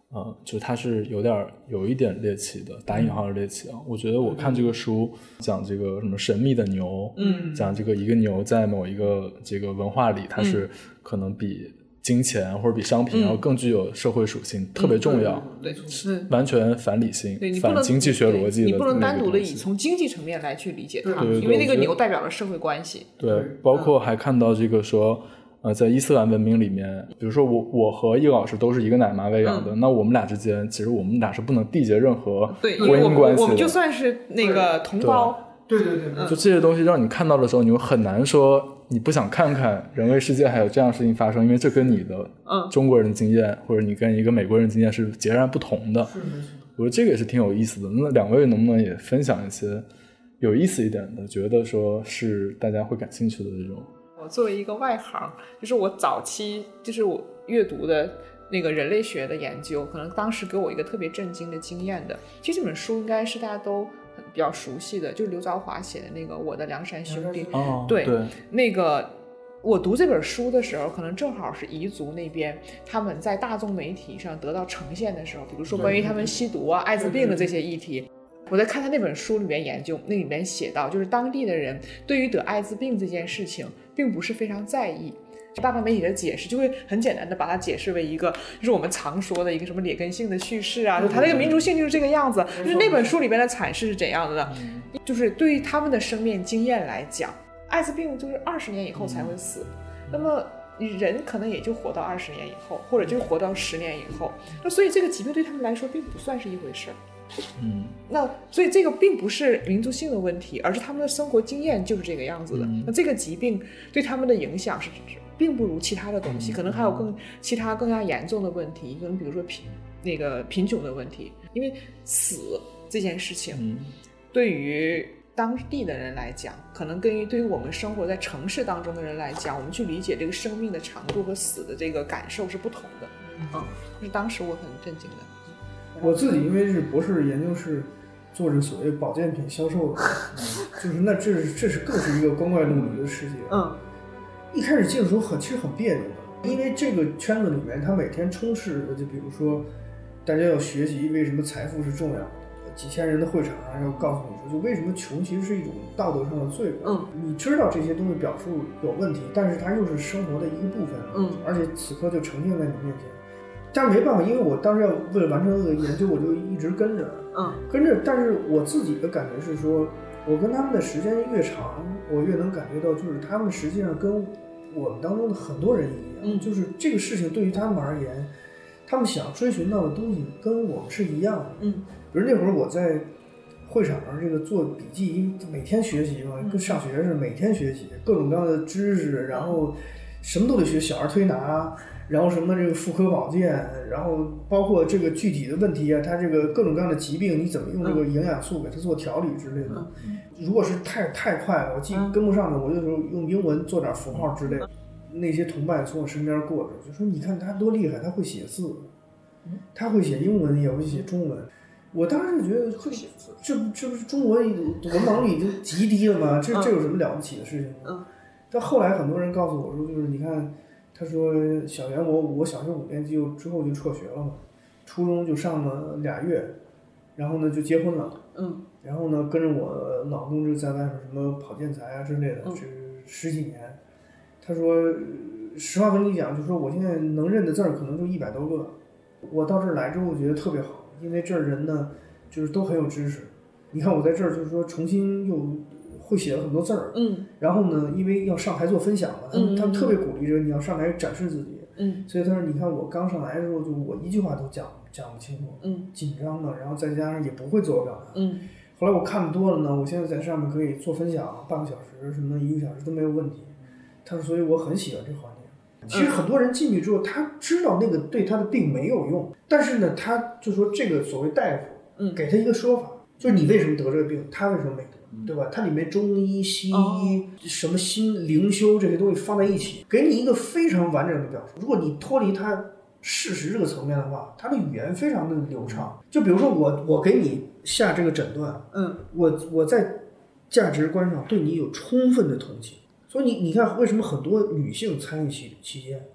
就是它是有一点猎奇的，打引号的猎奇啊。我觉得我看这个书讲这个什么神秘的牛，讲这个一个牛在某一个这个文化里，它是可能比金钱或者比商品然后更具有社会属性，特别重要， 对，是完全反理性，反经济学逻辑的， 你不能单独的以从经济层面来去理解它， 对， 因为那个牛代表了社会关系。 对，包括还看到这个说。在伊斯兰文明里面，比如说我和易老师都是一个奶妈喂养的，那我们俩之间其实我们俩是不能缔结任何婚姻关系的， 我们就算是那个同胞。 对， 就这些东西让你看到的时候，你会很难说你不想看看人类世界还有这样的事情发生，因为这跟你的中国人的经验或者你跟一个美国人的经验是截然不同的。我觉得这个也是挺有意思的。那两位能不能也分享一些有意思一点的，觉得说是大家会感兴趣的这种？ 我作为一个外行，就是我早期就是我阅读的那个人类学的研究，可能当时给我一个特别震惊的经验的。其实这本书应该是大家都比较熟悉的，就是刘凿华写的那个《我的梁山兄弟》。对，那个我读这本书的时候，可能正好是彝族那边他们在大众媒体上得到呈现的时候，比如说关于他们吸毒啊、艾滋病的这些议题。我在看他那本书里面研究，那里面写到，就是当地的人对于得艾滋病这件事情并不是非常在意。大众媒体的解释就会很简单的把它解释为一个就是我们常说的一个什么劣根性的叙事啊，就它那个民族性就是这个样子。就是那本书里面的阐释是怎样的呢？就是对于他们的生命经验来讲，艾滋病就是20年以后才会死，那么人可能也就活到20年以后，或者就活到10年以后。那所以这个疾病对他们来说并不算是一回事。那所以这个并不是民族性的问题，而是他们的生活经验就是这个样子的。那这个疾病对他们的影响是并不如其他的东西，可能还有其他更加严重的问题，可能比如说贫穷的问题。因为死这件事情，对于当地的人来讲，可能对于我们生活在城市当中的人来讲，我们去理解这个生命的长度和死的这个感受是不同的。就是当时我很震惊的。 我自己因为是博士研究室做着所谓保健品销售的，就是那这是更是一个光怪陆离的世界。一开始进入的时候其实很别扭的，因为这个圈子里面他每天充斥的，就比如说大家要学习为什么财富是重要的，几千人的会场上要告诉你说，就为什么穷其实是一种道德上的罪恶。你知道这些东西表述有问题，但是它又是生活的一个部分。而且此刻就呈现在你面前。但是没办法，因为我当时要为了完成这个研究，我就一直跟着。但是我自己的感觉是说，我跟他们的时间越长，我越能感觉到，就是他们实际上跟我们当中的很多人一样，就是这个事情对于他们而言，他们想追寻到的东西跟我们是一样的。比如那会儿我在会场上这个做笔记，每天学习嘛，跟上学似的，每天学习各种各样的知识，然后什么都得学，小儿推拿。然后什么这个妇科保健，然后包括这个具体的问题啊，它这个各种各样的疾病，你怎么用这个营养素给它做调理之类的。如果是太快了，我跟不上的，我就用英文做点符号之类的。那些同伴从我身边过着，就说你看他多厉害，他会写字，他会写英文，也会写中文。我当时就觉得会写字，这不是中国文盲率已经极低了吗？这有什么了不起的事情？但后来很多人告诉我说，就是你看。他说小袁，我小学5年级之后就辍学了嘛，初中就上了2月，然后呢就结婚了。然后呢跟着我老公就在外面什么跑建材啊之类的，是10几年。他说实话跟你讲，就说我现在能认的字儿可能就100多个。我到这儿来之后觉得特别好，因为这儿人呢就是都很有知识。你看我在这儿就是说重新又会写了很多字儿。然后呢因为要上台做分享了，他们特别鼓励着你要上台展示自己。所以他说你看我刚上来的时候就我一句话都讲不清楚，紧张的，然后再加上也不会自我表达。后来我看的多了呢，我现在在上面可以做分享半个小时什么1个小时都没有问题。他说所以我很喜欢这个环境。其实很多人进去之后他知道那个对他的病没有用，但是呢他就说这个所谓大夫给他一个说法，就是你为什么得这个病，他为什么没得，对吧？它里面中医、西医、什么心灵修这些东西放在一起，给你一个非常完整的表述。如果你脱离它事实这个层面的话，它的语言非常的流畅。就比如说我给你下这个诊断，我在价值观上对你有充分的同情。所以你看为什么很多女性参与期间，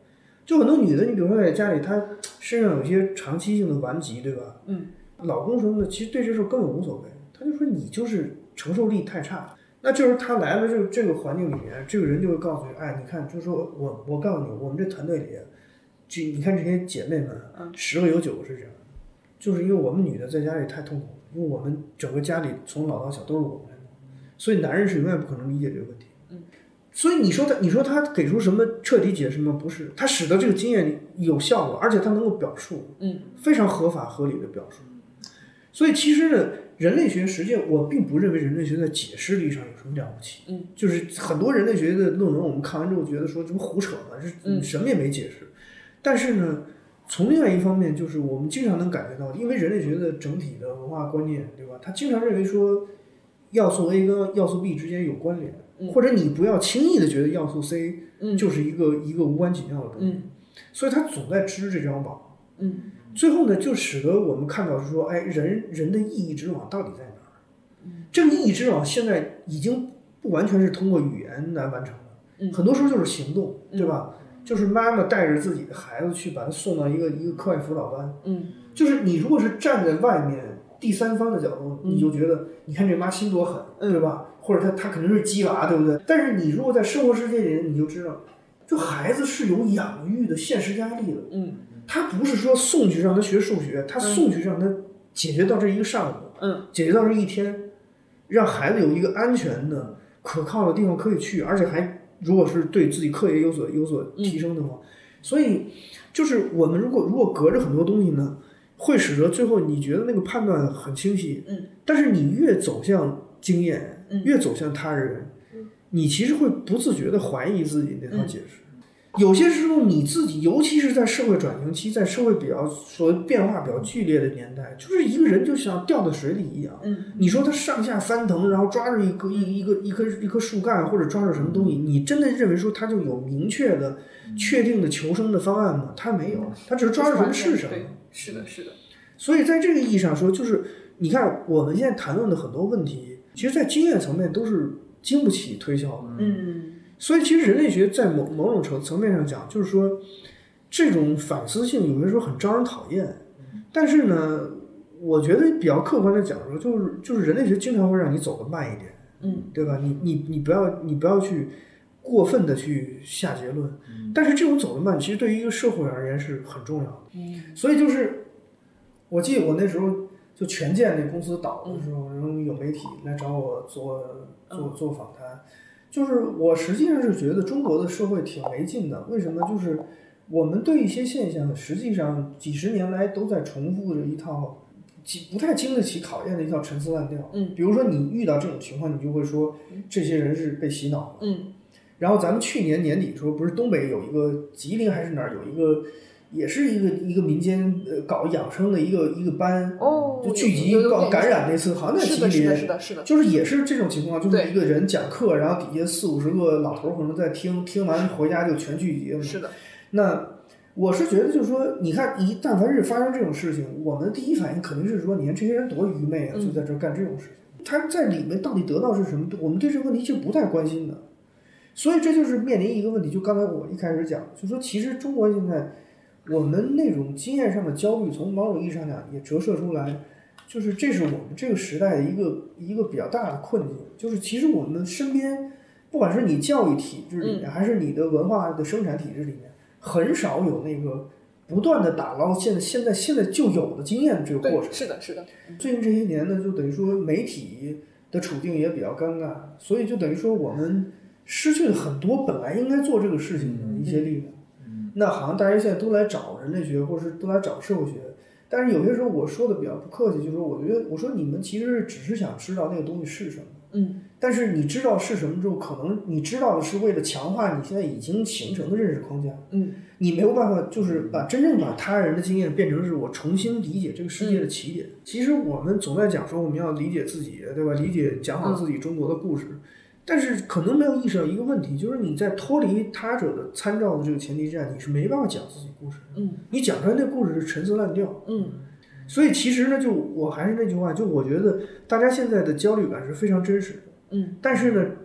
就很多女的，你比如说在家里，她身上有些长期性的顽疾，对吧？老公什么的，其实对这事根本无所谓，他就说你就是承受力太差。那就是他来了这个环境里面，这个人就会告诉你，哎，你看，就是说我告诉你，我们这团队里，就你看这些姐妹们，10个有9个是这样，就是因为我们女的在家里太痛苦了，因为我们整个家里从老到小都是我们来弄，所以男人是永远不可能理解这个问题。所以你说他给出什么彻底解释吗？不是，他使得这个经验有效果，而且他能够表述，非常合法合理的表述。所以其实呢，人类学实际上我并不认为人类学在解释力上有什么了不起。就是很多人类学的论文我们看完之后觉得说这不胡扯吗？这什么也没解释。但是呢，从另外一方面，就是我们经常能感觉到，因为人类学的整体的文化观念，对吧？他经常认为说要素 A 跟要素 B 之间有关联。或者你不要轻易的觉得要素 C 就是一个无关紧要的东西，所以他总在织这张网，最后呢，就使得我们看到是说，哎，人的意义之网到底在哪儿？这个意义之网现在已经不完全是通过语言来完成的，很多时候就是行动，对吧？就是妈妈带着自己的孩子去把他送到一个课外辅导班，就是你如果是站在外面第三方的角度，你就觉得，你看这妈心多狠，对吧？或者他肯定是鸡娃，对不对？但是你如果在生活世界里，你就知道，就孩子是有养育的现实压力的。他不是说送去让他学数学，他送去让他解决到这一个上午，解决到这一天，让孩子有一个安全的、可靠的地方可以去，而且还如果是对自己课业有所提升的话，所以就是我们如果隔着很多东西呢，会使得最后你觉得那个判断很清晰，但是你越走向经验。越走向他人，你其实会不自觉地怀疑自己那套解释。有些时候你自己，尤其是在社会转型期，在社会比较所谓变化比较剧烈的年代，就是一个人就像掉到水里一样。你说他上下翻腾，然后抓着一棵树干或者抓着什么东西，你真的认为说他就有明确的、确定的求生的方案吗？他没有，他只是抓着什么是什么。 是的，是的。 所以在这个意义上说，就是你看我们现在谈论的很多问题。其实，在经验层面都是经不起推销的。所以其实人类学在某种层面上讲，就是说，这种反思性有些时候很招人讨厌。但是呢，我觉得比较客观的讲说，就是人类学经常会让你走得慢一点，对吧？你不要去过分的去下结论。但是这种走得慢，其实对于一个社会而言是很重要的。所以就是我记得我那时候。就权健那公司倒的时候，然后有媒体来找我做访谈，就是我实际上是觉得中国的社会挺没劲的。为什么？就是我们对一些现象，实际上几十年来都在重复着一套不太经得起考验的一套陈词滥调。比如说你遇到这种情况，你就会说这些人是被洗脑了。然后咱们去年年底的时候，不是东北有一个吉林还是哪儿有一个。也是一个民间搞养生的一个班，就聚集搞感染那次，好像在吉林， 是的， 就是也是这种情况，就是一个人讲课，然后底下40-50个老头可能在听完回家就全聚集了。 是的。 那我是觉得就是说，你看但凡是发生这种事情，我们的第一反应肯定是说，你看这些人多愚昧啊，就在这干这种事情。他在里面到底得到是什么？我们对这个问题就不太关心的。所以这就是面临一个问题，就刚才我一开始讲，就说其实中国现在。我们那种经验上的焦虑，从某种意义上讲也折射出来，就是这是我们这个时代的一个比较大的困境。就是其实我们身边，不管是你教育体制里面，还是你的文化的生产体制里面，很少有那个不断的打捞现在就有的经验这个过程。 是的，是的。 最近这些年呢，就等于说媒体的处境也比较尴尬，所以就等于说我们失去了很多本来应该做这个事情的一些力量。那好像大家现在都来找人类学，或者是都来找社会学，但是有些时候我说的比较不客气，就是说我觉得我说你们其实只是想知道那个东西是什么，但是你知道是什么之后，可能你知道的是为了强化你现在已经形成的认识框架，你没有办法就是真正把他人的经验变成是我重新理解这个世界的起点。其实我们总在讲说我们要理解自己，对吧？讲好自己中国的故事。但是可能没有意识到一个问题，就是你在脱离他者的参照的这个前提之下，你是没办法讲自己故事的。你讲出来那故事是陈词滥调。所以其实呢，就我还是那句话，就我觉得大家现在的焦虑感是非常真实的。但是呢，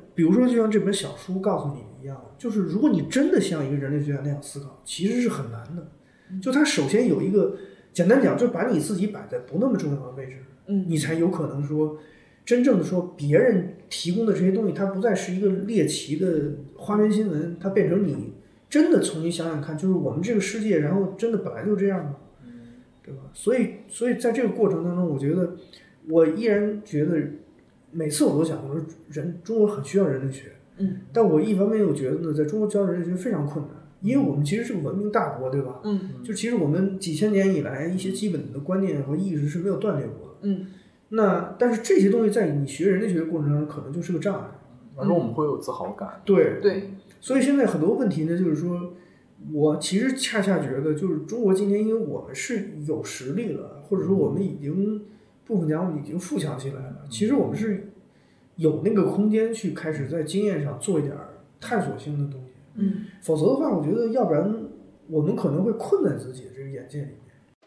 比如说就像这本小书告诉你一样，就是如果你真的像一个人类学家那样思考，其实是很难的。就它首先有一个，简单讲，就把你自己摆在不那么重要的位置，你才有可能说真正的说别人提供的这些东西，它不再是一个猎奇的花边新闻，它变成你真的从你想想看，就是我们这个世界，然后真的本来就这样吗？对吧？所以在这个过程当中，我觉得我依然觉得，每次我都讲，我说中国很需要人类学，但我一方面又觉得呢，在中国教人类学非常困难，因为我们其实是个文明大国，对吧？就其实我们几千年以来一些基本的观念和意识是没有断裂过的，那但是这些东西在你学人类学的过程中可能就是个障碍， 而且我们会有自豪感。 对， 所以现在很多问题呢，就是说我其实恰恰觉得，就是中国今天，因为我们是有实力了，或者说我们已经部分讲我们已经富强起来了，其实我们是有那个空间去开始在经验上做一点探索性的东西，否则的话，我觉得要不然我们可能会困在自己的这个眼界里面。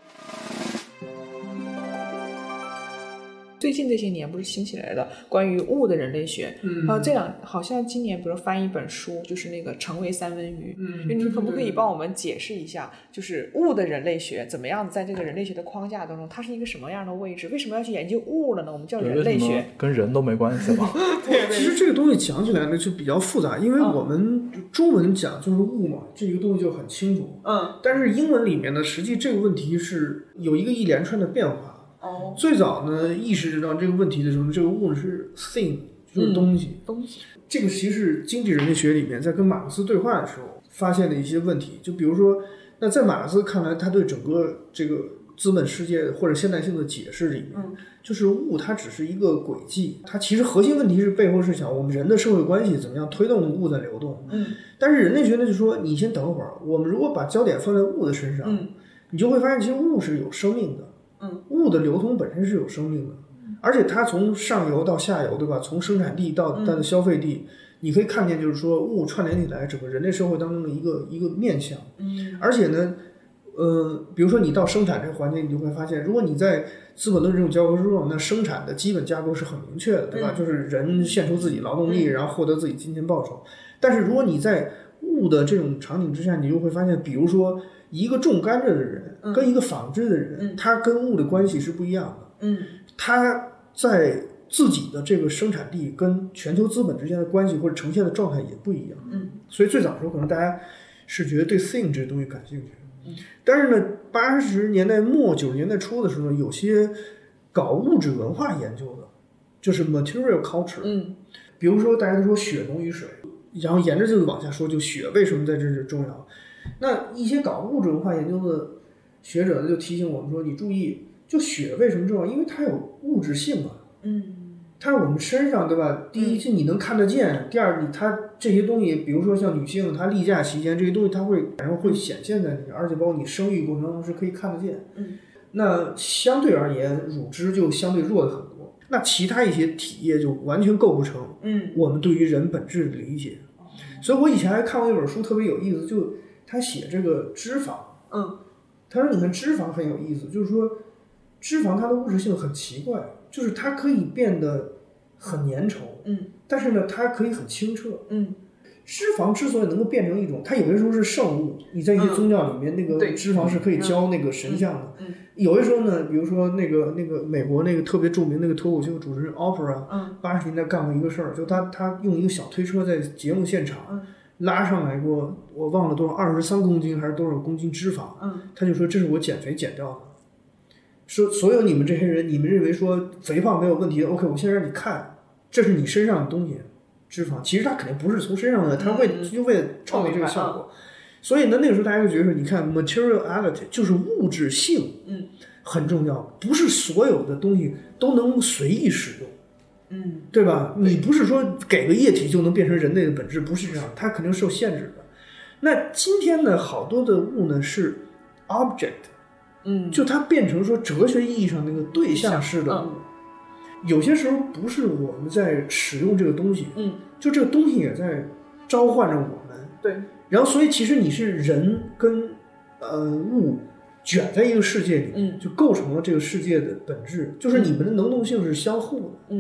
最近这些年不是兴起来的关于物的人类学，好像今年比如翻译一本书，就是那个成为三文鱼，你可不可以帮我们解释一下，就是物的人类学怎么样在这个人类学的框架当中，它是一个什么样的位置？为什么要去研究物了呢？我们叫人类学， 跟人都没关系吧？ 其实这个东西讲起来呢就比较复杂，因为我们中文讲就是物嘛，这个东西就很清楚，但是英文里面呢，实际这个问题是有一个一连串的变化。最早呢，意识到这个问题的时候，这个物是 thing， 就是东西。这个其实是经济人类学里面在跟马克思对话的时候发现的一些问题。就比如说，那在马克思看来，他对整个这个资本世界或者现代性的解释里面，就是物它只是一个轨迹，它其实核心问题是背后是想我们人的社会关系怎么样推动物的流动。但是人类学呢就说，你先等会儿，我们如果把焦点放在物的身上，你就会发现其实物是有生命的。物的流通本身是有生命的，而且它从上游到下游，对吧？从生产地到它的消费地，你可以看见，就是说物串联起来整个人类社会当中的一个面向。而且呢，比如说你到生产这个环节，你就会发现，如果你在资本论这种教科书上，那生产的基本架构是很明确的，对吧？就是人献出自己劳动力，然后获得自己金钱报酬。但是如果你在物的这种场景之下，你就会发现，比如说一个种甘蔗的人跟一个纺织的人，他跟物的关系是不一样的。他在自己的这个生产地跟全球资本之间的关系或者呈现的状态也不一样。所以最早的时候可能大家是觉得对 thing 这东西感兴趣，但是呢，80年代末90年代初的时候，有些搞物质文化研究的，就是 material culture，比如说大家都说血浓于水，然后沿着这个往下说，就血为什么在这是重要？那一些搞物质文化研究的学者呢，就提醒我们说，你注意，就血为什么重要？因为它有物质性啊。它是我们身上，对吧？第一是你能看得见，第二它这些东西，比如说像女性，她例假期间这些东西，它会然后会显现在你，而且包括你生育过程当中是可以看得见。那相对而言，乳汁就相对弱的很多。那其他一些体液就完全构不成我们对于人本质的理解。所以我以前还看过一本书，特别有意思，就他写这个脂肪，他说你看脂肪很有意思，就是说脂肪它的物质性很奇怪，就是它可以变得很粘稠，但是呢它可以很清澈，脂肪之所以能够变成一种，它有些时候是圣物，你在一些宗教里面那个脂肪是可以浇那个神像的，有些时候呢，比如说那个美国那个特别著名那个脱口秀主持人 Oprah，80年代干过一个事儿，就他用一个小推车在节目现场拉上来过，我忘了多少23公斤还是多少公斤脂肪，他就说这是我减肥减掉的。说所有你们这些人，你们认为说肥胖没有问题的 ，OK， 我现在让你看，这是你身上的东西，脂肪，其实它肯定不是从身上的，它就为了创造这个效果。所以呢，那个时候大家就觉得，你看 materiality 就是物质性，很重要，不是所有的东西都能随意使用，对吧？你不是说给个液体就能变成人类的本质，不是这样，它肯定受限制的。那今天呢，好多的物呢是 object。就它变成说哲学意义上那个对象式的物，有些时候不是我们在使用这个东西，就这个东西也在召唤着我们。 对， 然后所以其实你是人跟物卷在一个世界里，就构成了这个世界的本质，就是你们的能动性是相互的。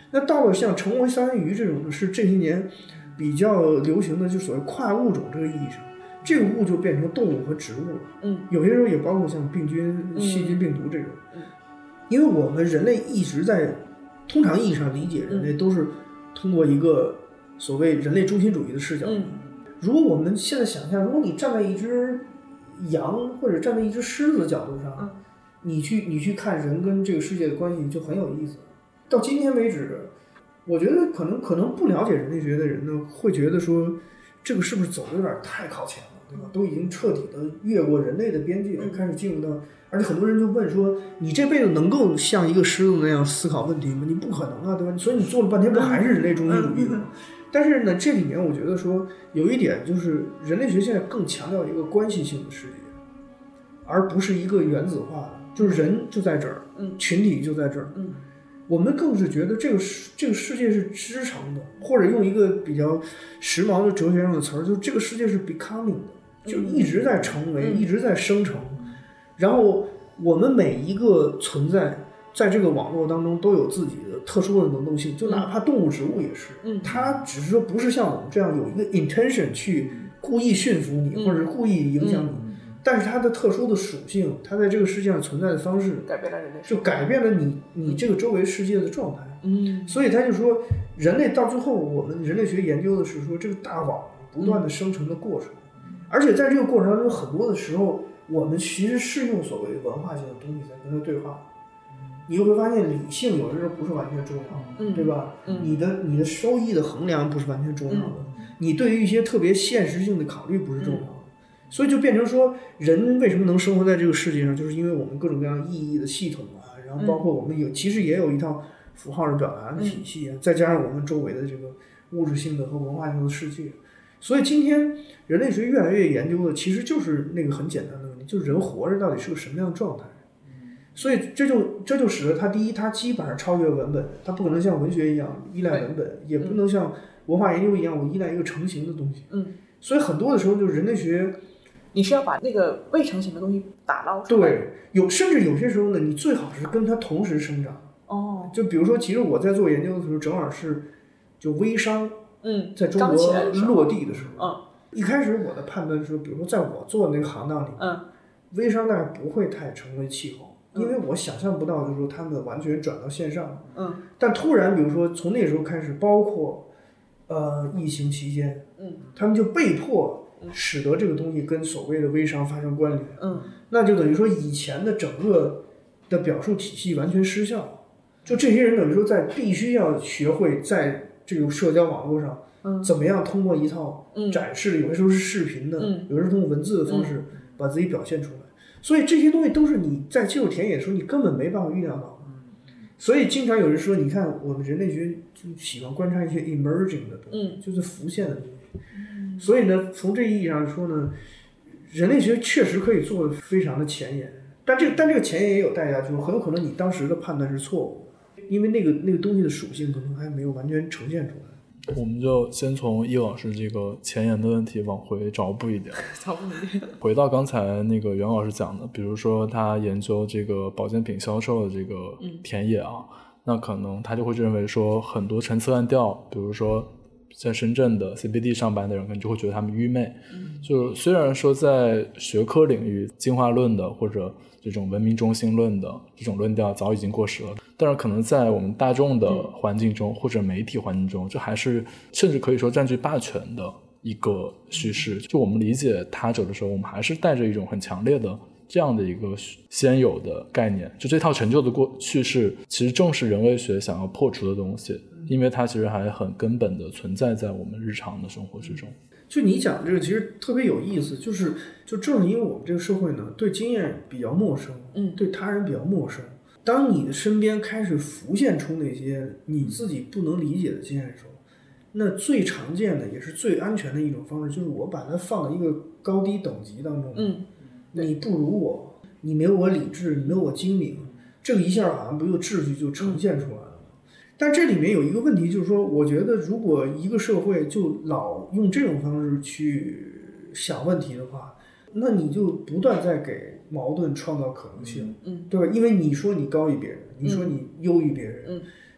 那到了像成为三文鱼这种的，是这些年比较流行的，就所谓跨物种这个意义上，这个物就变成动物和植物了。有些时候也包括像病菌、细菌、病毒这种。因为我们人类一直在通常意义上理解人类都是通过一个所谓人类中心主义的视角。如果我们现在想象，如果你站在一只羊或者站在一只狮子的角度上，你去看人跟这个世界的关系就很有意思。到今天为止，我觉得可能不了解人类学的人呢，会觉得说这个是不是走的有点太靠前了，对吧？都已经彻底的越过人类的边界，开始进入到，而且很多人就问说，你这辈子能够像一个狮子那样思考问题吗？你不可能啊，对吧？所以你做了半天不还是人类中心主义吗？但是呢，这里面我觉得说有一点就是人类学现在更强调一个关系性的世界，而不是一个原子化的，就是人就在这儿，群体就在这儿。我们更是觉得这个世界是织成的，或者用一个比较时髦的哲学上的词儿，就是这个世界是 becoming 的，就一直在成为，一直在生成。然后我们每一个存在在这个网络当中都有自己的特殊的能动性，就哪怕动物植物也是，它只是说不是像我们这样有一个 intention 去故意驯服你，或者故意影响你。但是它的特殊的属性，它在这个世界上存在的方式， 改变了人类， 就改变了你这个周围世界的状态。所以他就说，人类到最后，我们人类学研究的是说这个大网不断的生成的过程，而且在这个过程当中，很多的时候，我们其实是用所谓文化性的东西在跟他对话。你会发现，理性有的时候不是完全重要的，对吧？你的收益的衡量不是完全重要的，你对于一些特别现实性的考虑不是重要的。所以就变成说，人为什么能生活在这个世界上，就是因为我们各种各样意义的系统啊，然后包括我们其实也有一套符号的表达的体系啊，再加上我们周围的这个物质性的和文化性的世界。所以今天人类学越来越研究的，其实就是那个很简单的问题，就是人活着到底是个什么样的状态。所以这就使得它第一，它基本上超越文本，它不可能像文学一样依赖文本，也不能像文化研究一样我依赖一个成型的东西。所以很多的时候就是人类学。 你是要把那个未成型的东西打捞出来。 对，甚至有些时候呢，你最好是跟它同时生长。就比如说，其实我在做研究的时候，正好是就微商，在中国落地的时候，一开始我的判断是，比如说在我做的那个行当里，微商大概不会太成为气候，因为我想象不到，就是说他们完全转到线上。但突然，比如说从那时候开始，包括疫情期间，他们就被迫。使得这个东西跟所谓的微商发生关联，那就等于说以前的整个的表述体系完全失效了。就这些人等于说必须要学会在这个社交网络上，怎么样通过一套展示的，有的时候是视频的，有的时候通过文字的方式把自己表现出来。所以这些东西都是你在技术田野的时候你根本没办法预料到的。所以经常有人说，你看我们人类学就喜欢观察一些 emerging 的东西，就是浮现的东西。所以呢，从这意义上说呢，人类学确实可以做得非常的前沿，但这个前沿也有代价，就是很有可能你当时的判断是错误的，因为那个东西的属性可能还没有完全呈现出来。 我们就先从易老师这个前沿的问题往回找补一点。回到刚才那个袁老师讲的，比如说他研究这个保健品销售的这个田野啊，那可能他就会认为说很多陈词滥调，比如说在深圳的 CBD 上班的人可能就会觉得他们愚昧。就虽然说在学科领域进化论的或者这种文明中心论的这种论调早已经过时了，但是可能在我们大众的环境中或者媒体环境中，这还是甚至可以说占据霸权的一个叙事。就我们理解他者的时候，我们还是带着一种很强烈的这样的一个先有的概念，就这套陈旧的叙事其实正是人类学想要破除的东西，因为它其实还很根本的存在在我们日常的生活之中。 就你讲这个其实特别有意思，就正是因为我们这个社会呢，对经验比较陌生，对他人比较陌生。当你的身边开始浮现出那些你自己不能理解的经验的时候，那最常见的也是最安全的一种方式，就是我把它放到一个高低等级当中。你不如我，你没有我理智，你没有我精明，这个一下好像不就秩序就呈现出来了。但这里面有一个问题，就是说我觉得如果一个社会就老用这种方式去想问题的话，那你就不断在给矛盾创造可能性，对吧？因为你说你高于别人，你说你优于别人，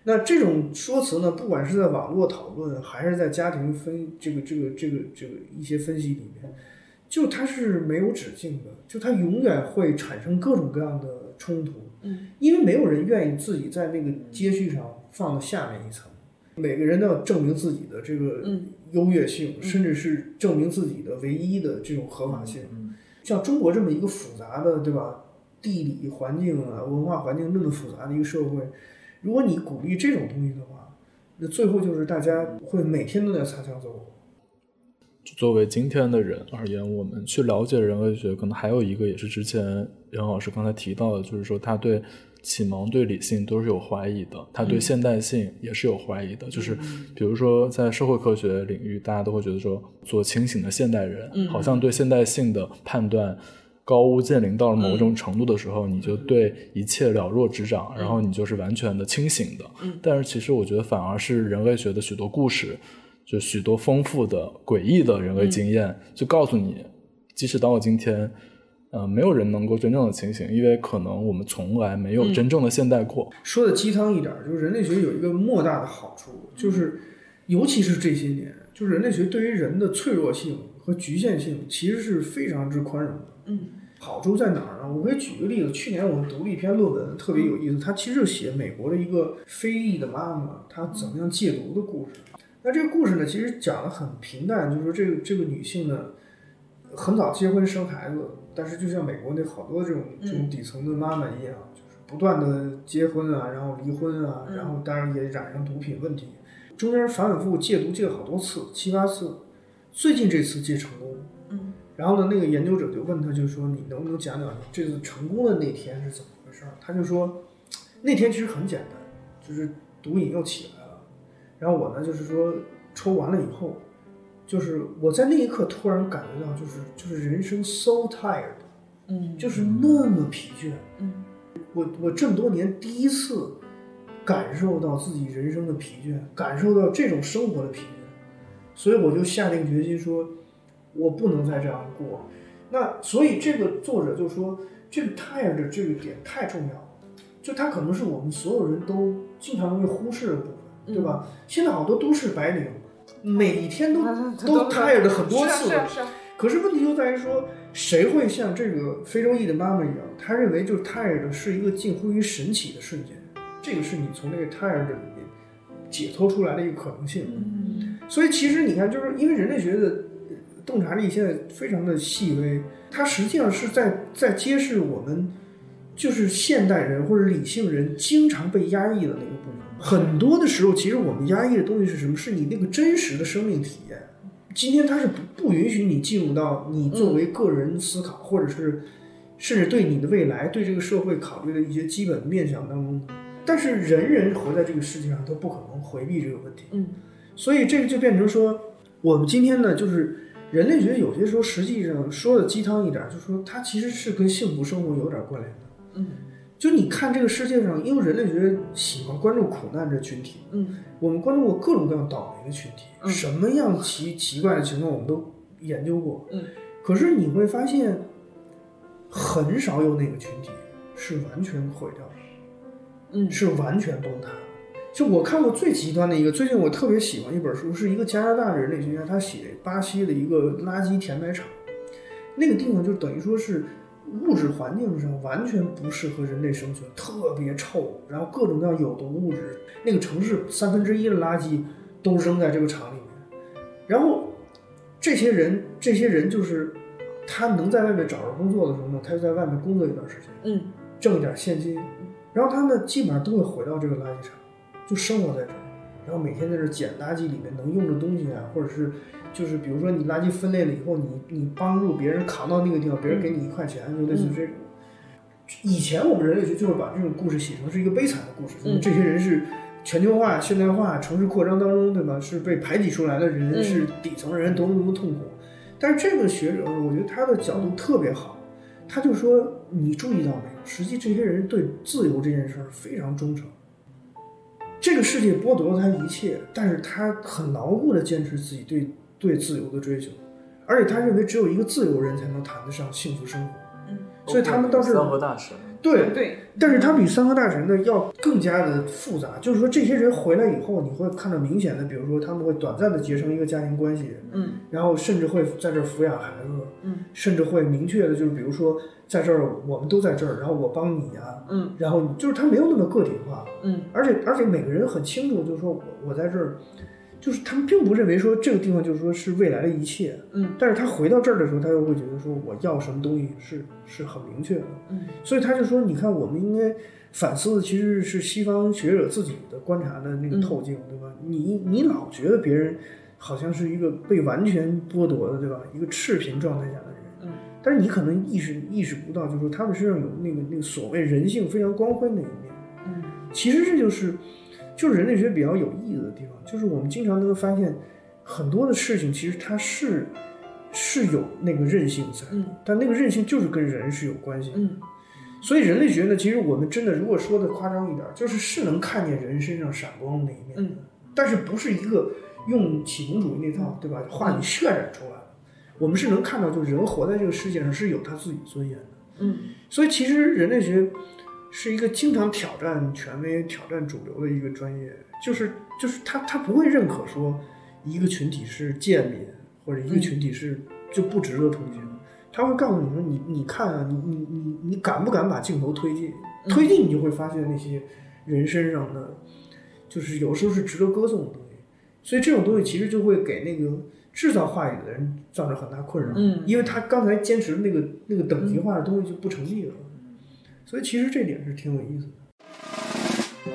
那这种说辞呢，不管是在网络讨论，还是在家庭这个一些分析里面，就它是没有止境的，就它永远会产生各种各样的冲突。因为没有人愿意自己在那个阶序上放到下面一层，每个人都要证明自己的这个优越性，甚至是证明自己的唯一的这种合法性。像中国这么一个复杂的，对吧？地理环境啊，文化环境那么复杂的一个社会，如果你鼓励这种东西的话，那最后就是大家会每天都在擦枪走火。 作为今天的人而言，我们去了解人类学，可能还有一个也是之前杨老师刚才提到的，就是说他对启蒙、对理性都是有怀疑的，他对现代性也是有怀疑的。就是比如说在社会科学领域，大家都会觉得说，做清醒的现代人，好像对现代性的判断高屋建瓴到了某种程度的时候，你就对一切了若指掌，然后你就是完全的清醒的。但是其实我觉得反而是人类学的许多故事，就许多丰富的诡异的人类经验，就告诉你即使到了今天没有人能够真正的清醒，因为可能我们从来没有真正的现代过。 说的鸡汤一点，就是人类学有一个莫大的好处，就是尤其是这些年，就是人类学对于人的脆弱性和局限性其实是非常之宽容的。好处在哪儿呢？我可以举个例子，去年我们读了一篇论文，特别有意思，它其实写美国的一个非裔的妈妈她怎么样戒毒的故事。那这个故事呢，其实讲得很平淡，就是说这个女性呢，很早结婚生孩子，但是就像美国那好多这种底层的妈妈一样，就是不断的结婚啊，然后离婚啊，然后当然也染上毒品问题，中间反复戒毒戒了好多次，7、8次，最近这次戒成功。然后呢，那个研究者就问他，就说你能不能讲讲你这次成功的那天是怎么回事？他就说，那天其实很简单，就是毒瘾又起来了。然后我呢，就是说抽完了以后，就是我在那一刻突然感觉到，就是人生 so tired，就是那么疲倦。我这么多年第一次感受到自己人生的疲倦，感受到这种生活的疲倦，所以我就下定决心说，我不能再这样过。那所以这个作者就说，这个 tired 的这个点太重要了，就它可能是我们所有人都经常会忽视的部分，对吧？现在好多都市白领，每一天都 tired 很多次的。可是问题就在于说，谁会像这个非洲裔的妈妈一样，她认为就是 tired 是一个近乎于神奇的瞬间，这个是你从那个 tired 里面解脱出来的一个可能性。所以其实你看，就是因为人类学的洞察力现在非常的细微，它实际上是在揭示我们就是现代人或者理性人经常被压抑的那个部分。很多的时候，其实我们压抑的东西是什么？是你那个真实的生命体验。今天它是不允许你进入到你作为个人思考，或者是甚至对你的未来、对这个社会考虑的一些基本面向当中。但是人人活在这个世界上都不可能回避这个问题。所以这个就变成说，我们今天呢，就是人类学有些时候实际上说的鸡汤一点，就是说它其实是跟幸福生活有点关联的。就你看这个世界上，因为人类学喜欢关注苦难这群体，我们关注过各种各样倒霉的群体，什么样奇怪的情况我们都研究过，可是你会发现，很少有哪个群体是完全毁掉的，是完全崩塌的。就我看过最极端的一个，最近我特别喜欢一本书，是一个加拿大的人类学家，他写巴西的一个垃圾填埋场，那个地方就等于说是物质环境上完全不适合人类生存，特别臭，然后各种各样有毒物质，那个城市1/3的垃圾都扔在这个厂里面。然后这些人就是他能在外面找着工作的时候呢，他就在外面工作一段时间，挣一点现金，然后他们基本上都会回到这个垃圾场，就生活在这儿，然后每天在这捡垃圾里面能用的东西啊，或者是就是比如说你垃圾分类了以后，你帮助别人扛到那个地方，别人给你1块钱，就类似于这种。以前我们人类学就会把这种故事写成是一个悲惨的故事，这些人是全球化、现代化、城市扩张当中，对吧？是被排挤出来的人，是底层人，多么痛苦。但是这个学者，我觉得他的角度特别好，他就说你注意到没有？实际这些人对自由这件事非常忠诚。这个世界剥夺了他一切，但是他很牢固地坚持自己对自由的追求，而且他认为只有一个自由人才能谈得上幸福生活。所以他们倒是对，但是它比三河大神呢要更加的复杂，就是说这些人回来以后，你会看到明显的，比如说他们会短暂的结成一个家庭关系，然后甚至会在这儿抚养孩子，甚至会明确的就是比如说在这儿我们都在这儿，然后我帮你啊，然后就是他没有那么个体化，而且每个人很清楚，就是说我在这儿。就是他们并不认为说这个地方就是说是未来的一切，但是他回到这儿的时候，他又会觉得说我要什么东西是很明确的，所以他就说，你看我们应该反思的其实是西方学者自己的观察的那个透镜，对吧？你老觉得别人好像是一个被完全剥夺的，对吧？一个赤贫状态下的人，但是你可能意识不到，就是说他们身上有那个所谓人性非常光辉的一面，其实这就是人类学比较有意思的地方，就是我们经常能够发现很多的事情，其实它是有那个韧性在的，但那个韧性就是跟人是有关系的。所以人类学呢，其实我们真的如果说的夸张一点，就是能看见人身上闪光的那一面的，但是不是一个用启蒙主义那套，对吧？话语渲染出来的，我们是能看到，就是人活在这个世界上是有他自己尊严的。所以其实人类学是一个经常挑战权威、挑战主流的一个专业，就是他不会认可说一个群体是贱民，或者一个群体是就不值得同情，他会告诉你说你看啊，你敢不敢把镜头推进？推进你就会发现那些人身上的，就是有时候是值得歌颂的东西。所以这种东西其实就会给那个制造话语的人造成很大困扰，因为他刚才坚持的那个等级化的东西就不成立了。所以其实这点是挺有意思的。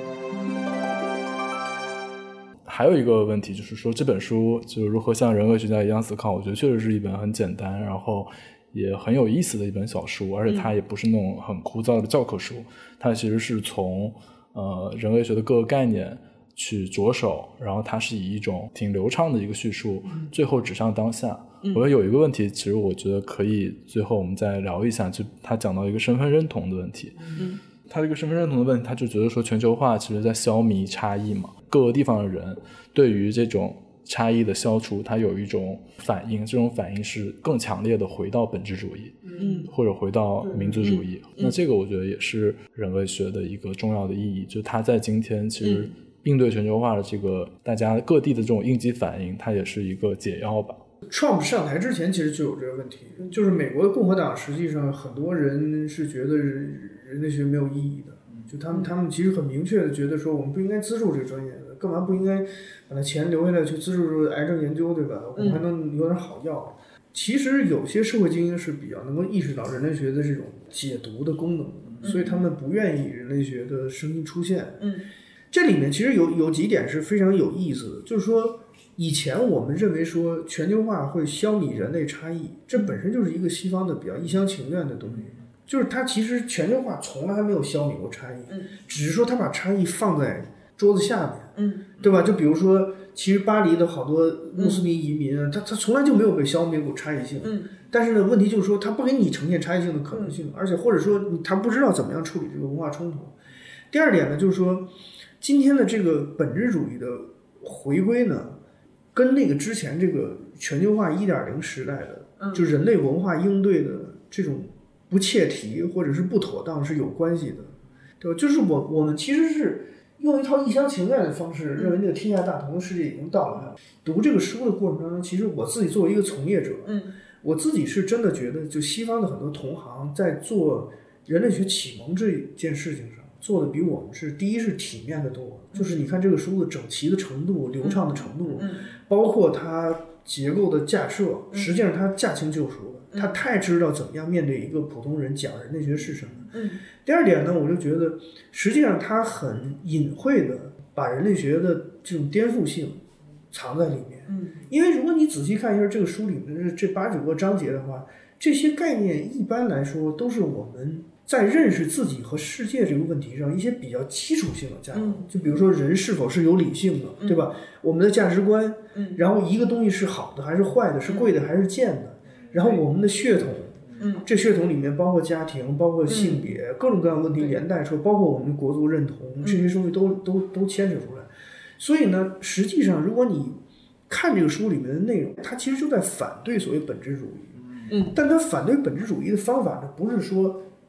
还有一个问题就是说，这本书就是如何像人类学家一样思考，我觉得确实是一本很简单，然后也很有意思的一本小书，而且它也不是那种很枯燥的教科书，它其实是从人类学的各个概念去着手，然后它是以一种挺流畅的一个叙述，最后指向当下。我觉得有一个问题，其实我觉得可以最后我们再聊一下，就他讲到一个身份认同的问题。他这个身份认同的问题，他就觉得说全球化其实在消弭差异嘛，各个地方的人对于这种差异的消除，他有一种反应，这种反应是更强烈的回到本质主义，或者回到民族主义。那这个我觉得也是人类学的一个重要的意义，就他在今天其实应对全球化的这个大家各地的这种应激反应，它也是一个解药吧。 Trump 上台之前其实就有这个问题，就是美国的共和党实际上很多人是觉得人类学没有意义的，就他们其实很明确的觉得说我们不应该资助这个专业的，干嘛不应该把那钱留下来去资助癌症研究，对吧？我们还能有点好药。其实有些社会精英是比较能够意识到人类学的这种解读的功能，所以他们不愿意人类学的声音出现。这里面其实有几点是非常有意思的，就是说以前我们认为说全球化会消弭人类差异，这本身就是一个西方的比较一厢情愿的东西，就是它其实全球化从来没有消弭过差异，只是说它把差异放在桌子下面，对吧？就比如说其实巴黎的好多穆斯林移民啊，他从来就没有被消灭过差异性，但是呢问题就是说他不给你呈现差异性的可能性，而且或者说他不知道怎么样处理这个文化冲突。第二点呢，就是说今天的这个本质主义的回归呢，跟那个之前这个全球化 1.0 时代的，就人类文化应对的这种不切题或者是不妥当是有关系的，对吧？就是我们其实是用一套一厢情愿的方式，认为那个天下大同的世界已经到来了。读这个书的过程当中，其实我自己作为一个从业者，我自己是真的觉得，就西方的很多同行在做人类学启蒙这件事情上，做的比我们是第一是体面的多，就是你看这个书的整齐的程度、流畅的程度，包括它结构的架设，实际上它驾轻就熟了，它太知道怎么样面对一个普通人讲人类学是什么。第二点呢，我就觉得实际上它很隐晦的把人类学的这种颠覆性藏在里面。因为如果你仔细看一下这个书里面的这8、9个章节的话，这些概念一般来说都是我们在认识自己和世界这个问题上一些比较基础性的架构，就比如说人是否是有理性的，对吧？我们的价值观，然后一个东西是好的还是坏的，是贵的还是贱的，然后我们的血统，这血统里面包括家庭，包括性别，各种各样的问题连带出，包括我们的国族认同，这些东西都牵扯出来。所以呢，实际上如果你看这个书里面的内容，它其实就在反对所谓本质主义。但它反对本质主义的方法呢，不是说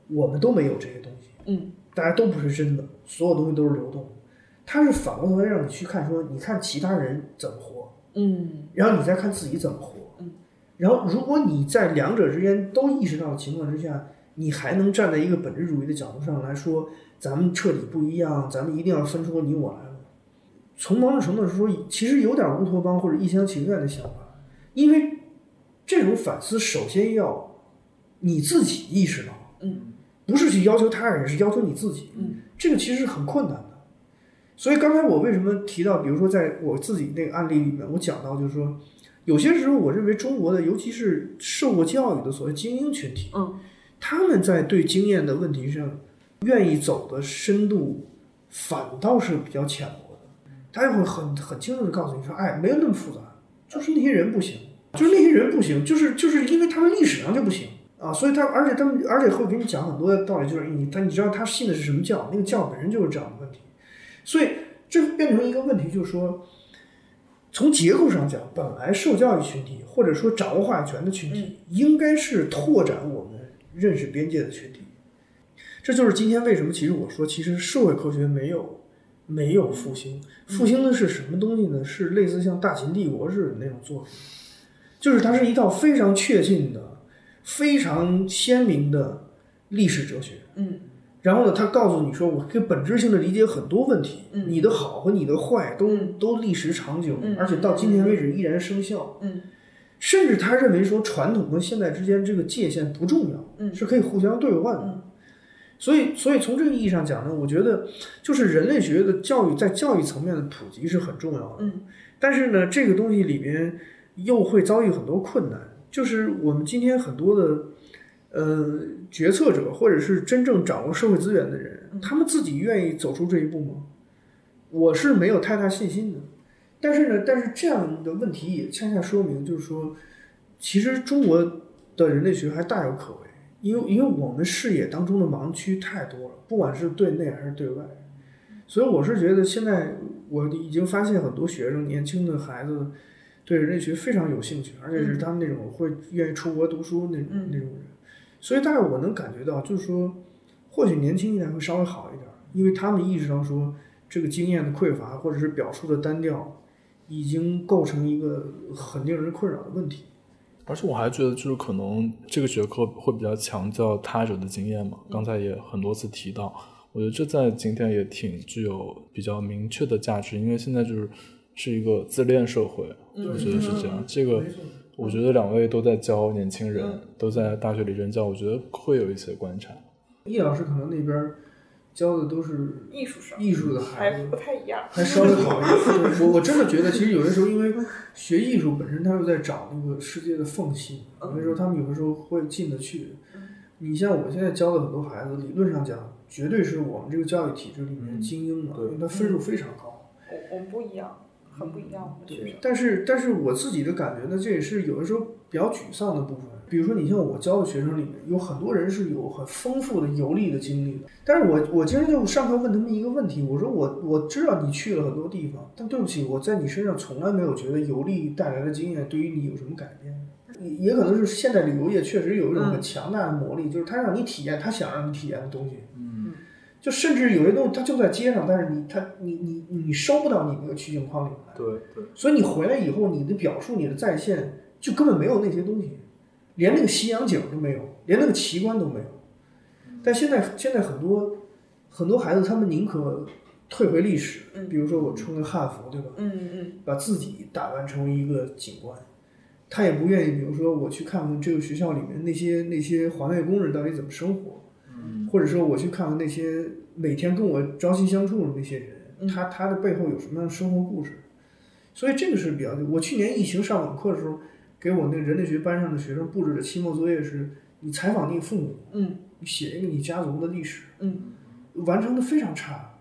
我们都没有这些东西，大家都不是真的，所有东西都是流动的。它是反过头来让你去看说，你看其他人怎么活，然后你再看自己怎么活，然后如果你在两者之间都意识到的情况之下，你还能站在一个本质主义的角度上来说，咱们彻底不一样，咱们一定要分出你我来了。从某种程度上说，其实有点乌托邦或者一厢情愿的想法，因为这种反思首先要你自己意识到，不是去要求他人，是要求你自己，这个其实是很困难的。所以刚才我为什么提到，比如说在我自己那个案例里面，我讲到就是说，有些时候我认为中国的，尤其是受过教育的所谓精英群体，他们在对经验的问题上，愿意走的深度反倒是比较浅薄的。他会很清楚的告诉你说，哎，没有那么复杂，就是那些人不行，就是那些人不行，就是因为他们历史上就不行啊，所以而且会给你讲很多的道理，就是你知道他信的是什么教，那个教本身就是这样的问题。所以这变成一个问题，就是说，从结构上讲，本来受教育群体或者说掌握话语权的群体，应该是拓展我们认识边界的群体。这就是今天为什么其实我说，其实社会科学没有复兴，复兴的是什么东西呢？是类似像大秦帝国似的那种作品，就是它是一套非常确信的、非常鲜明的历史哲学。然后呢，他告诉你说，我可以本质性的理解很多问题，你的好和你的坏都历史长久，而且到今天为止依然生效。甚至他认为说，传统和现代之间这个界限不重要，是可以互相兑换的。所以从这个意义上讲呢，我觉得就是人类学的教育在教育层面的普及是很重要的。但是呢，这个东西里边又会遭遇很多困难，就是我们今天很多的决策者或者是真正掌握社会资源的人，他们自己愿意走出这一步吗？我是没有太大信心的。但是这样的问题也恰恰说明，就是说，其实中国的人类学还大有可为，因为我们视野当中的盲区太多了，不管是对内还是对外。所以我是觉得现在我已经发现很多学生，年轻的孩子对人类学非常有兴趣，而且是他们那种会愿意出国读书那种人。所以大概我能感觉到，就是说，或许年轻一代会稍微好一点，因为他们意识到说，这个经验的匮乏或者是表述的单调，已经构成一个很令人困扰的问题。 而且我还觉得，就是可能这个学科会比较强调他者的经验嘛，刚才也很多次提到，我觉得这在今天也挺具有比较明确的价值，因为现在是一个自恋社会，我觉得是这样。这个我觉得两位都在教年轻人，都在大学里任教，我觉得会有一些观察。 易老师可能那边教的都是艺术生， 艺术的孩子还不太一样， 还稍微好一点。我真的觉得，其实有的时候，因为学艺术本身，他又在找那个世界的缝隙，有的时候他们有的时候会进得去。你像我现在教的很多孩子，理论上讲，绝对是我们这个教育体制里面的精英嘛，因为他分数非常高。 我们不一样。很不一样，我们学生。 但是我自己的感觉呢，这也是有的时候比较沮丧的部分。比如说，你像我教的学生里面，有很多人是有很丰富的游历的经历的。但是我经常就上课问他们一个问题，我说我知道你去了很多地方，但对不起，我在你身上从来没有觉得游历带来的经验对于你有什么改变。也可能是现在旅游业确实有一种很强大的魔力，就是它让你体验它想让你体验的东西。就甚至有些东西它就在街上，但是你收不到你那个区境框里来。 对。 所以你回来以后，你的表述、你的再现，就根本没有那些东西，连那个西洋景都没有，连那个奇观都没有。但现在很多孩子，他们宁可退回历史，比如说我穿个汉服，对吧？把自己打扮成为一个景观，他也不愿意，比如说我去看看这个学校里面那些环卫工人到底怎么生活。或者说我去看看那些每天跟我朝夕相处的那些人，他的背后有什么样的生活故事。所以这个是比较，我去年疫情上网课的时候，给我那个人类学班上的学生布置的期末作业是，你采访你父母，你写一个你家族的历史，完成的非常差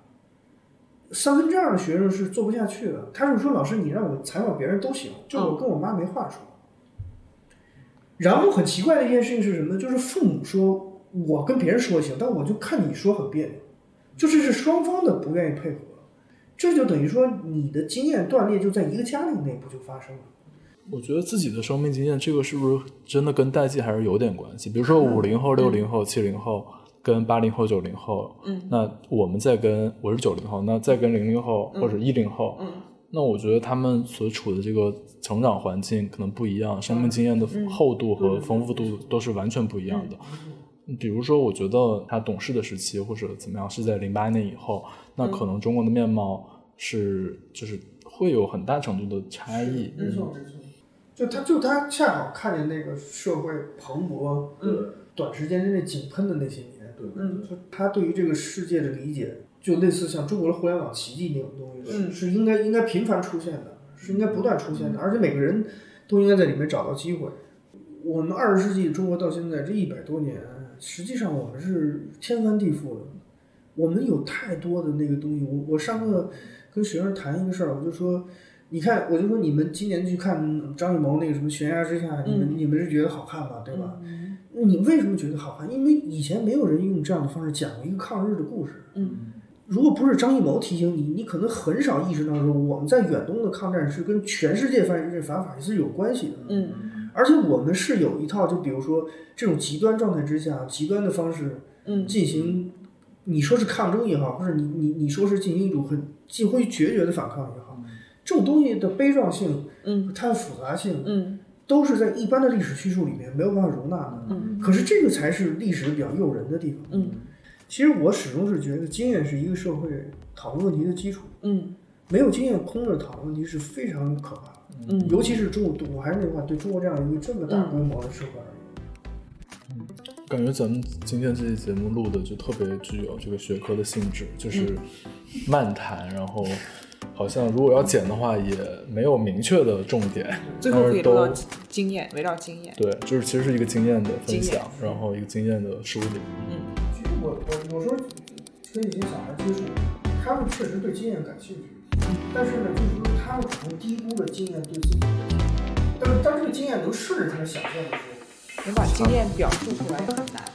，2/3的学生是做不下去的。他是说，老师你让我采访别人都行，就我跟我妈没话说。然后很奇怪的一件事情是什么呢？就是父母说我跟别人说行，但我就看你说很别扭，就是双方的不愿意配合，这就等于说你的经验断裂就在一个家庭内部就发生了。 我觉得自己的生命经验，这个是不是真的跟代际还是有点关系？比如说50后、60后、70后， 跟80后90后，那我们再跟我是90后，那再跟00后或者10后，那我觉得他们所处的这个成长环境可能不一样，生命经验的厚度和丰富度都是完全不一样的。比如说我觉得他懂事的时期或者怎么样是在08年以后，那可能中国的面貌是就是会有很大程度的差异。 没错没错，就他恰好看见那个社会蓬勃，短时间之内井喷的那些年，就他对于这个世界的理解，就类似像中国的互联网奇迹那种东西，是应该频繁出现的，是应该不断出现的，而且每个人都应该在里面找到机会。我们20世纪中国到现在这100多年，实际上我们是天翻地覆的，我们有太多的那个东西。我上课跟学生谈一个事儿，我就说，你看，我就说你们今年去看张艺谋那个什么《悬崖之下》，你们是觉得好看吧，对吧？你为什么觉得好看？因为以前没有人用这样的方式讲一个抗日的故事。如果不是张艺谋提醒你，你可能很少意识到说我们在远东的抗战是跟全世界反法西斯有关系的。而且我们是有一套，就比如说这种极端状态之下，极端的方式进行，你说是抗争也好，或者你说是进行一种很近乎于决绝的反抗也好，这种东西的悲壮性，它的复杂性，都是在一般的历史叙述里面没有办法容纳的。可是这个才是历史比较诱人的地方。其实我始终是觉得经验是一个社会讨论问题的基础。没有经验空着讨论问题是非常可怕的。尤其是中国，我还是那句话，对中国这样一个这么大规模的社会而言， 感觉咱们今天这期节目录的就特别具有这个学科的性质，就是漫谈，然后好像如果要剪的话也没有明确的重点， 最后可以录到经验，围绕经验。 对，就是其实是一个经验的分享，然后一个经验的梳理。 其实我有时候跟一些小孩接触，他们确实对经验感兴趣。但是呢，就是说他们可能低估了经验对自己的经验，但是当这个经验能顺着他的想象的时候， 能把经验表述出来很难。